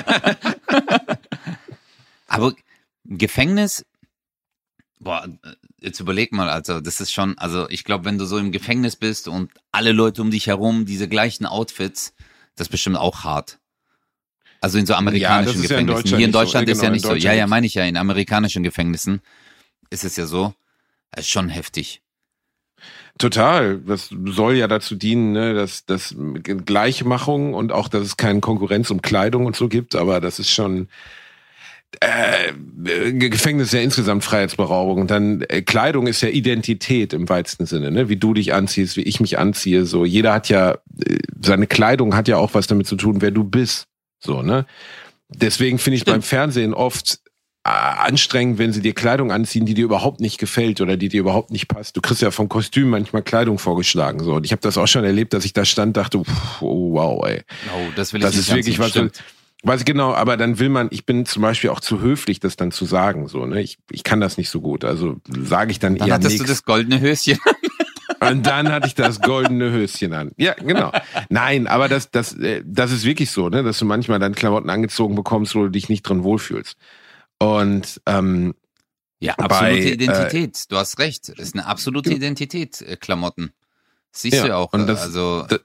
Aber Gefängnis, boah, jetzt überleg mal, also das ist schon, also ich glaube, wenn du so im Gefängnis bist und alle Leute um dich herum diese gleichen Outfits, das ist bestimmt auch hart. Also in so amerikanischen ist ja in Gefängnissen. Deutschland Hier in nicht so. Deutschland ist Genau, ja in nicht so. Deutschland Ja, ja, nicht. meine ich ja, in amerikanischen Gefängnissen ist es ja so. Das ist schon heftig. Total. Das soll ja dazu dienen, ne, dass das Gleichmachung und auch, dass es keine Konkurrenz um Kleidung und so gibt, aber das ist schon äh, Gefängnis ist ja insgesamt Freiheitsberaubung. Und dann äh, Kleidung ist ja Identität im weitesten Sinne, ne? Wie du dich anziehst, wie ich mich anziehe. So, jeder hat ja äh, seine Kleidung hat ja auch was damit zu tun, wer du bist. So, ne? Deswegen finde ich Stimmt. beim Fernsehen oft äh, anstrengend, wenn sie dir Kleidung anziehen, die dir überhaupt nicht gefällt oder die dir überhaupt nicht passt. Du kriegst ja vom Kostüm manchmal Kleidung vorgeschlagen. So. Und ich habe das auch schon erlebt, dass ich da stand, dachte, pff, oh, wow, ey. Oh, das will ich Das nicht ist wirklich anziehen, was. stimmt. Weiß ich genau, aber dann will man, ich bin zum Beispiel auch zu höflich, das dann zu sagen. So, ne? Ich, ich kann das nicht so gut. Also sage ich dann, Dann eher hattest nichts. du das goldene Höschen. Und dann hatte ich das goldene Höschen an. Ja, genau. Nein, aber das, das, äh, das ist wirklich so, ne, dass du manchmal dann Klamotten angezogen bekommst, wo du dich nicht drin wohlfühlst. Und ähm, Ja, Bei, absolute äh, Identität. Du hast recht. Es ist eine absolute Identität, äh, Klamotten. Siehst Ja, du ja auch. und äh, das- also das-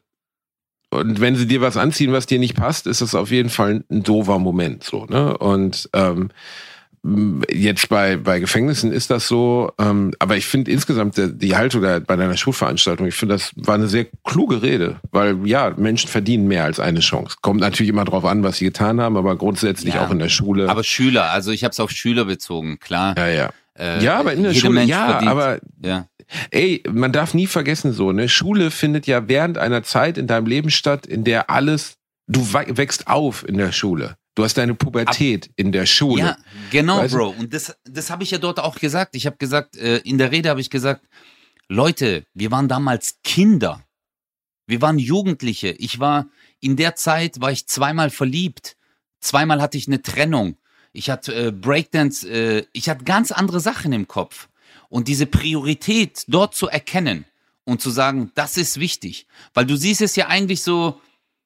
und wenn sie dir was anziehen, was dir nicht passt, ist das auf jeden Fall ein doofer Moment, so, ne? Und ähm, jetzt bei bei Gefängnissen ist das so, ähm, aber ich finde insgesamt die, die Haltung da bei deiner Schulveranstaltung, ich finde, das war eine sehr kluge Rede, weil ja, Menschen verdienen mehr als eine Chance. Kommt natürlich immer drauf an, was sie getan haben, aber grundsätzlich Ja, auch in der Schule. aber Schüler, also ich habe es auf Schüler bezogen, klar. ja, ja. Äh, Ja, aber in der jeder Schule, Mensch ja, verdient, aber ja. ey, man darf nie vergessen so, ne? Schule findet ja während einer Zeit in deinem Leben statt, in der alles, du wächst auf in der Schule. Du hast deine Pubertät in der Schule. Ja, genau, Weißt du? Bro. Und das, das habe ich ja dort auch gesagt. Ich habe gesagt, äh, in der Rede habe ich gesagt, Leute, wir waren damals Kinder. Wir waren Jugendliche. Ich war, in der Zeit war ich zweimal verliebt. Zweimal hatte ich eine Trennung. Ich hatte äh, Breakdance, äh, ich hatte ganz andere Sachen im Kopf. Und diese Priorität dort zu erkennen und zu sagen, das ist wichtig. Weil du siehst es ja eigentlich so,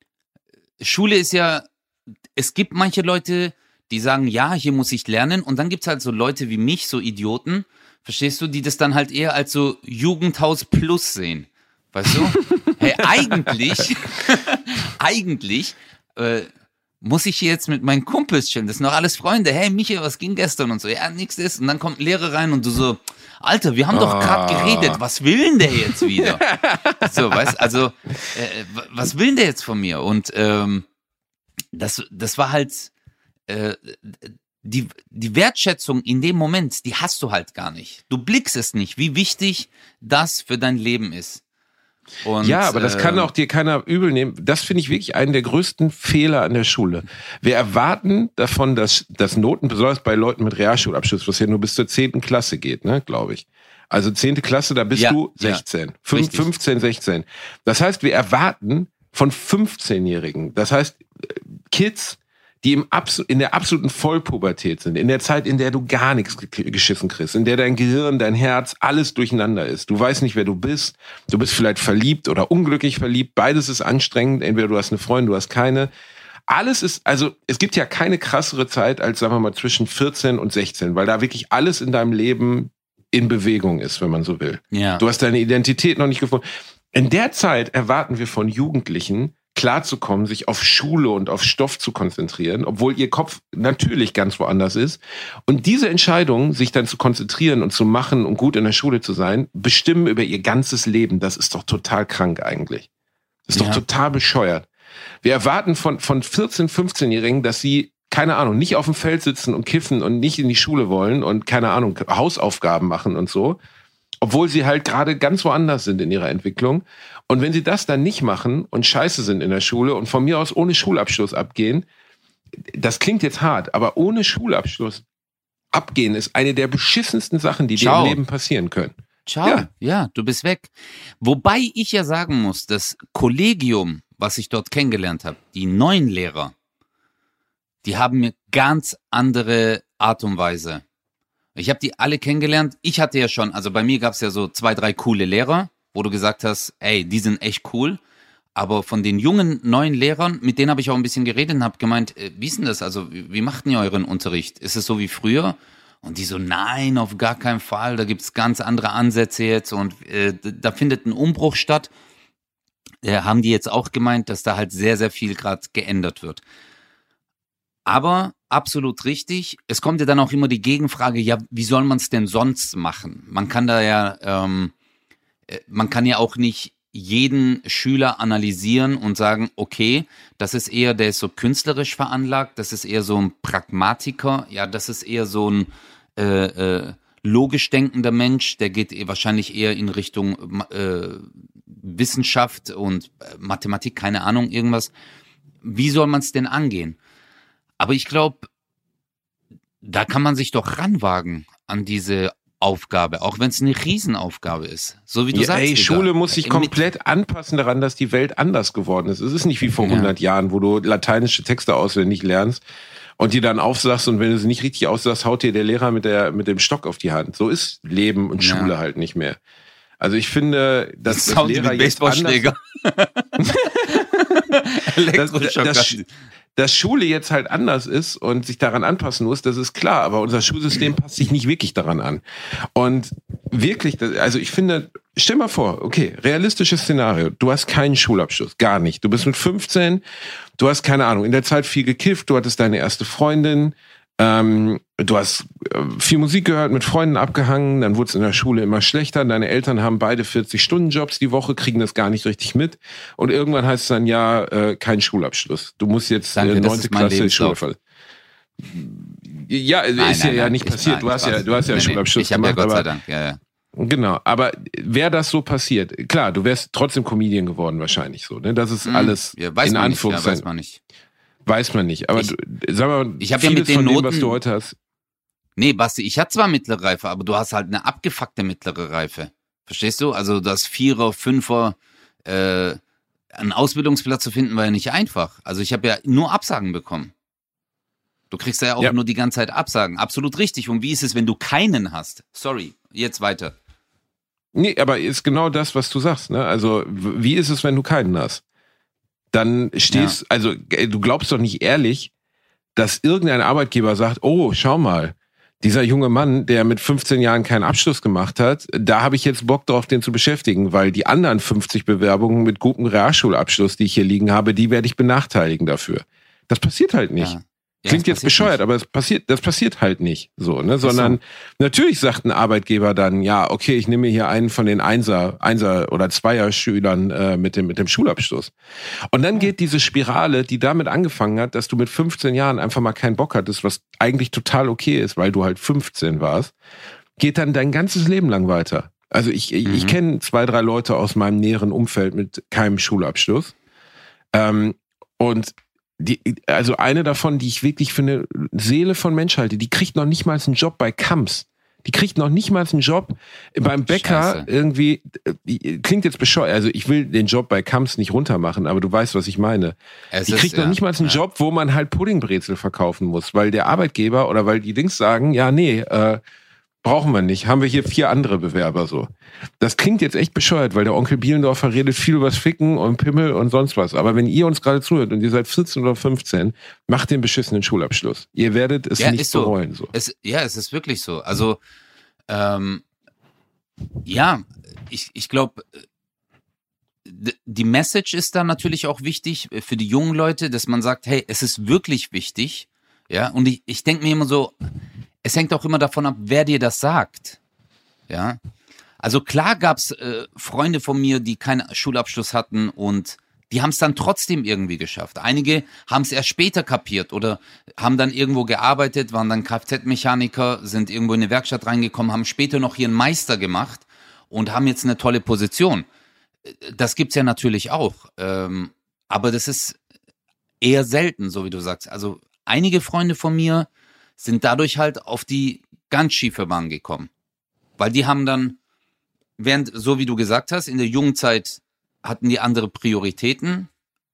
Schule ist ja, es gibt manche Leute, die sagen, ja, hier muss ich lernen. Und dann gibt's halt so Leute wie mich, so Idioten, verstehst du, die das dann halt eher als so Jugendhaus Plus sehen. Weißt du? Hey, eigentlich, eigentlich äh, muss ich hier jetzt mit meinen Kumpels chillen. Das sind doch alles Freunde. Hey, Michael, was ging gestern? Und so, ja, nix ist. Und dann kommt ein Lehrer rein und du so, Alter, wir haben doch gerade Ah. geredet. Was will denn der jetzt wieder? So, weißt, also, äh, was will denn der jetzt von mir? Und ähm, das, das war halt äh, die, die Wertschätzung in dem Moment, die hast du halt gar nicht. Du blickst es nicht, wie wichtig das für dein Leben ist. Und, Ja, aber das kann ähm, auch dir keiner übel nehmen. Das finde ich wirklich einen der größten Fehler an der Schule. Wir erwarten davon, dass, dass Noten, besonders bei Leuten mit Realschulabschluss, was ja nur bis zur zehnten Klasse geht, ne, glaube ich. Also zehnte Klasse, da bist Ja, du ja, sechzehn. Fünf, richtig. fünfzehn, sechzehn. Das heißt, wir erwarten von fünfzehnjährigen, das heißt, Kids, die im Abs- in der absoluten Vollpubertät sind, in der Zeit, in der du gar nichts ge- geschissen kriegst, in der dein Gehirn, dein Herz, alles durcheinander ist. Du weißt nicht, wer du bist. Du bist vielleicht verliebt oder unglücklich verliebt. Beides ist anstrengend. Entweder du hast eine Freundin, du hast keine. Alles ist, also es gibt ja keine krassere Zeit als, sagen wir mal, zwischen vierzehn und sechzehn, weil da wirklich alles in deinem Leben in Bewegung ist, wenn man so will. ja. Du hast deine Identität noch nicht gefunden. In der Zeit erwarten wir von Jugendlichen, klarzukommen, sich auf Schule und auf Stoff zu konzentrieren, obwohl ihr Kopf natürlich ganz woanders ist. Und diese Entscheidung, sich dann zu konzentrieren und zu machen und gut in der Schule zu sein, bestimmen über ihr ganzes Leben. Das ist doch total krank eigentlich. Das ist ja. doch total bescheuert. Wir erwarten von, von vierzehn-, fünfzehnjährigen, dass sie, keine Ahnung, nicht auf dem Feld sitzen und kiffen und nicht in die Schule wollen und, keine Ahnung, Hausaufgaben machen und so, obwohl sie halt gerade ganz woanders sind in ihrer Entwicklung. Und wenn sie das dann nicht machen und scheiße sind in der Schule und von mir aus ohne Schulabschluss abgehen, das klingt jetzt hart, aber ohne Schulabschluss abgehen ist eine der beschissensten Sachen, die Ciao. dir im Leben passieren können. Ciao, ja. ja, du bist weg. Wobei ich ja sagen muss, das Kollegium, was ich dort kennengelernt habe, die neuen Lehrer, die haben mir ganz andere Art und Weise. Ich habe die alle kennengelernt. Ich hatte ja schon, also bei mir gab es ja so zwei, drei coole Lehrer, wo du gesagt hast, ey, die sind echt cool. Aber von den jungen, neuen Lehrern, mit denen habe ich auch ein bisschen geredet und habe gemeint, äh, wie ist denn das? Also wie, wie macht ihr euren Unterricht? Ist es so wie früher? Und die so, nein, auf gar keinen Fall. Da gibt's ganz andere Ansätze jetzt und äh, da findet ein Umbruch statt. Äh, haben die jetzt auch gemeint, dass da halt sehr, sehr viel gerade geändert wird. Aber absolut richtig. Es kommt ja dann auch immer die Gegenfrage, ja, wie soll man es denn sonst machen? Man kann da ja, ähm, man kann ja auch nicht jeden Schüler analysieren und sagen, okay, das ist eher, der ist so künstlerisch veranlagt, das ist eher so ein Pragmatiker, ja, das ist eher so ein äh, äh, logisch denkender Mensch, der geht eh wahrscheinlich eher in Richtung äh, Wissenschaft und Mathematik, keine Ahnung, irgendwas. Wie soll man es denn angehen? Aber ich glaube, da kann man sich doch ranwagen an diese Aufgabe, auch wenn es eine Riesenaufgabe ist. So wie du ja, sagst. Ey, Digga. Schule muss sich komplett anpassen daran, dass die Welt anders geworden ist. Es ist nicht wie vor hundert ja. Jahren, wo du lateinische Texte auswendig lernst und die dann aufsagst und wenn du sie nicht richtig aussagst, haut dir der Lehrer mit der mit dem Stock auf die Hand. So ist Leben und Schule ja. halt nicht mehr. Also ich finde, dass das, das Lehrer jetzt anders... Elektroschocker. Das, das, dass Schule jetzt halt anders ist und sich daran anpassen muss, das ist klar, aber unser Schulsystem passt sich nicht wirklich daran an. Und wirklich, also ich finde, stell mal vor, okay, realistisches Szenario, du hast keinen Schulabschluss, gar nicht. Du bist mit fünfzehn, du hast keine Ahnung, in der Zeit viel gekifft, du hattest deine erste Freundin, ähm, du hast viel Musik gehört, mit Freunden abgehangen, dann wurde es in der Schule immer schlechter, deine Eltern haben beide vierzig-Stunden-Jobs die Woche, kriegen das gar nicht richtig mit und irgendwann heißt es dann, ja, äh, kein Schulabschluss. Du musst jetzt äh, neunte Klasse Schule verlassen. Ja, nein, ist nein, ja, nein, ja nicht passiert. Nein, du hast ja, du hast ja nee, Schulabschluss ich gemacht. Ich habe ja Gott sei Dank, ja, ja. Genau, aber wäre das so passiert, klar, du wärst trotzdem Comedian geworden wahrscheinlich so, ne? Das ist hm, alles ja, weiß in Anführungszeichen. Ja, weiß man nicht. Weiß man nicht, aber ich, du, sag mal, ich habe ja mit den von Noten, dem, was du heute hast. Nee, Basti, ich hatte zwar mittlere Reife, aber du hast halt eine abgefuckte mittlere Reife. Verstehst du? Also das Vierer, Fünfer, äh, einen Ausbildungsplatz zu finden, war ja nicht einfach. Also ich habe ja nur Absagen bekommen. Du kriegst ja auch ja. nur die ganze Zeit Absagen. Absolut richtig. Und wie ist es, wenn du keinen hast? Sorry, jetzt weiter. Nee, aber ist genau das, was du sagst, ne? Also wie ist es, wenn du keinen hast? Dann stehst, ja. also du glaubst doch nicht ehrlich, dass irgendein Arbeitgeber sagt, oh, schau mal, dieser junge Mann, der mit fünfzehn Jahren keinen Abschluss gemacht hat, da habe ich jetzt Bock drauf, den zu beschäftigen, weil die anderen fünfzig Bewerbungen mit gutem Realschulabschluss, die ich hier liegen habe, die werde ich benachteiligen dafür. Das passiert halt nicht. Ja. Ja, klingt jetzt bescheuert, nicht. aber es passiert, das passiert halt nicht so, ne? Sondern so. Natürlich sagt ein Arbeitgeber dann, ja, okay, ich nehme hier einen von den Einser, Einser oder Zweier-Schülern äh, mit dem mit dem Schulabschluss. Und dann geht diese Spirale, die damit angefangen hat, dass du mit fünfzehn Jahren einfach mal keinen Bock hattest, was eigentlich total okay ist, weil du halt fünfzehn warst, geht dann dein ganzes Leben lang weiter. Also ich ich, mhm. ich kenne zwei, drei Leute aus meinem näheren Umfeld mit keinem Schulabschluss. Ähm, und Die, also eine davon, die ich wirklich für eine Seele von Mensch halte, die kriegt noch nicht mal einen Job bei Kamps. Die kriegt noch nicht mal einen Job beim Bäcker. Scheiße. Irgendwie, klingt jetzt bescheuert, also ich will den Job bei Kamps nicht runtermachen, aber du weißt, was ich meine. Es die ist, kriegt noch ja, nicht mal einen ja. Job, wo man halt Puddingbrezel verkaufen muss, weil der Arbeitgeber oder weil die Dings sagen, ja nee, äh, brauchen wir nicht, haben wir hier vier andere Bewerber so. Das klingt jetzt echt bescheuert, weil der Onkel Bielendorfer redet viel übers Ficken und Pimmel und sonst was. Aber wenn ihr uns gerade zuhört und ihr seid vierzehn oder fünfzehn, macht den beschissenen Schulabschluss. Ihr werdet es ja, nicht so. bereuen. So. Es, ja, es ist wirklich so. Also, ähm, ja, ich, ich glaube, d- die Message ist dann natürlich auch wichtig für die jungen Leute, dass man sagt, hey, es ist wirklich wichtig. Ja, und ich, ich denke mir immer so, es hängt auch immer davon ab, wer dir das sagt. Ja, also klar gab's äh, Freunde von mir, die keinen Schulabschluss hatten und die haben es dann trotzdem irgendwie geschafft. Einige haben es erst später kapiert oder haben dann irgendwo gearbeitet, waren dann Kfz-Mechaniker, sind irgendwo in eine Werkstatt reingekommen, haben später noch ihren Meister gemacht und haben jetzt eine tolle Position. Das gibt's ja natürlich auch, ähm, aber das ist eher selten, so wie du sagst. Also einige Freunde von mir sind dadurch halt auf die ganz schiefe Bahn gekommen, weil die haben dann, während, so wie du gesagt hast, in der jungen Zeit hatten die andere Prioritäten.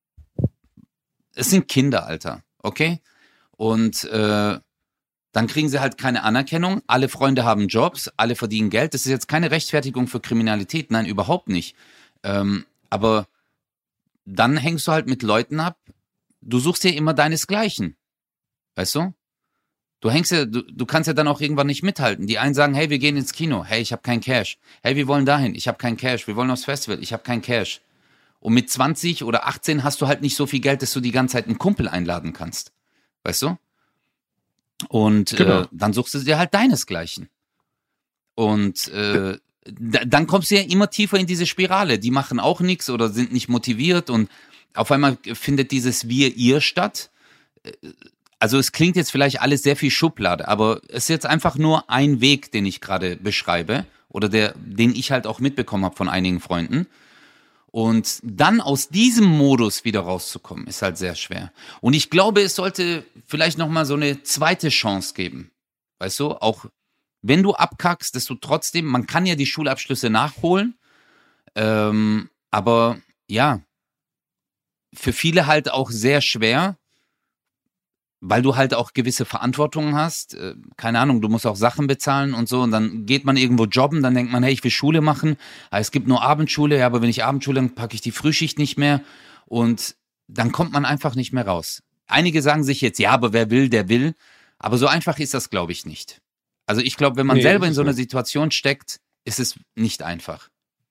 Es sind Kinder, Alter, okay? Und äh, dann kriegen sie halt keine Anerkennung. Alle Freunde haben Jobs, alle verdienen Geld. Das ist jetzt keine Rechtfertigung für Kriminalität, nein, überhaupt nicht. Ähm, aber dann hängst du halt mit Leuten ab. Du suchst dir immer deinesgleichen, weißt du? Du hängst ja, du, du kannst ja dann auch irgendwann nicht mithalten. Die einen sagen, hey, wir gehen ins Kino. Hey, ich habe kein Cash. Hey, wir wollen dahin. Ich habe kein Cash. Wir wollen aufs Festival. Ich habe kein Cash. Und mit zwanzig oder achtzehn hast du halt nicht so viel Geld, dass du die ganze Zeit einen Kumpel einladen kannst. Weißt du? Und genau. äh, dann suchst du dir halt deinesgleichen. Und äh, d- dann kommst du ja immer tiefer in diese Spirale. Die machen auch nichts oder sind nicht motiviert. Und auf einmal findet dieses Wir-Ihr statt. Also es klingt jetzt vielleicht alles sehr viel Schublade, aber es ist jetzt einfach nur ein Weg, den ich gerade beschreibe oder der, den ich halt auch mitbekommen habe von einigen Freunden. Und dann aus diesem Modus wieder rauszukommen, ist halt sehr schwer. Und ich glaube, es sollte vielleicht nochmal so eine zweite Chance geben. Weißt du, auch wenn du abkackst, dass du trotzdem, man kann ja die Schulabschlüsse nachholen, ähm, aber ja, für viele halt auch sehr schwer, weil du halt auch gewisse Verantwortungen hast, äh, keine Ahnung, du musst auch Sachen bezahlen und so und dann geht man irgendwo jobben, dann denkt man, hey, ich will Schule machen, aber es gibt nur Abendschule, ja, aber wenn ich Abendschule, dann packe ich die Frühschicht nicht mehr und dann kommt man einfach nicht mehr raus. Einige sagen sich jetzt, ja, aber wer will, der will, aber so einfach ist das, glaube ich, nicht. Also ich glaube, wenn man nee, selber in so einer Situation steckt, ist es nicht einfach.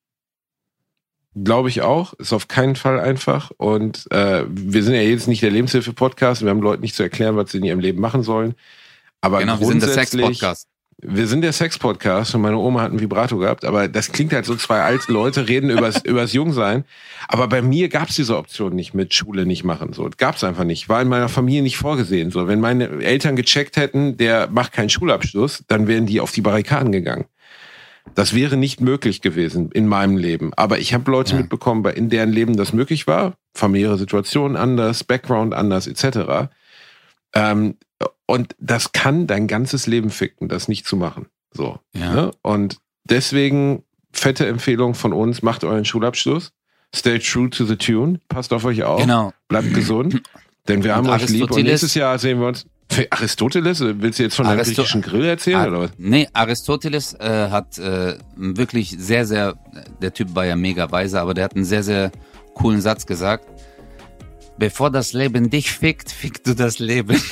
Glaube ich auch, ist auf keinen Fall einfach und äh, wir sind ja jetzt nicht der Lebenshilfe-Podcast, wir haben Leuten nicht zu erklären, was sie in ihrem Leben machen sollen, aber genau, wir sind der Sex-Podcast. Wir sind der Sex-Podcast und meine Oma hat einen Vibrato gehabt, aber das klingt halt so, zwei alte Leute reden übers, übers Jungsein, aber bei mir gab's diese Option nicht mit Schule nicht machen, so, gab's einfach nicht, war in meiner Familie nicht vorgesehen, so, wenn meine Eltern gecheckt hätten, der macht keinen Schulabschluss, dann wären die auf die Barrikaden gegangen. Das wäre nicht möglich gewesen in meinem Leben. Aber ich habe Leute ja. mitbekommen, in deren Leben das möglich war. Familiäre Situation anders, Background anders, et cetera. Ähm, und das kann dein ganzes Leben ficken, das nicht zu machen. So. Ja. Ne? Und deswegen fette Empfehlung von uns, macht euren Schulabschluss. Stay true to the tune. Passt auf euch auf. Genau. Bleibt gesund. Denn wir haben euch lieb. Und nächstes Jahr sehen wir uns. Aristoteles? Willst du jetzt von deinem griechischen Grill erzählen? Ar- oder was? Nee, Aristoteles äh, hat äh, wirklich sehr, sehr, der Typ war ja mega weise, aber der hat einen sehr, sehr coolen Satz gesagt. Bevor das Leben dich fickt, fickt du das Leben.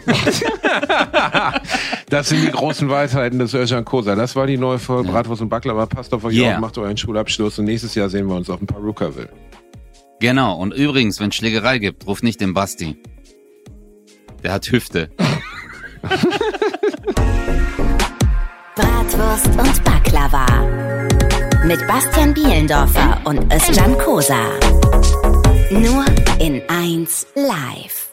Das sind die großen Weisheiten des Özcan Kosa. Das war die neue Folge Bratwurst und Baklava. Passt auf euch yeah. auf, macht euren Schulabschluss und nächstes Jahr sehen wir uns auf dem Perukaville. Genau, und übrigens, wenn es Schlägerei gibt, ruf nicht den Basti. Der hat Hüfte. Bratwurst und Baklava. Mit Bastian Bielendorfer und Özcan Kosa. Nur in eins Live.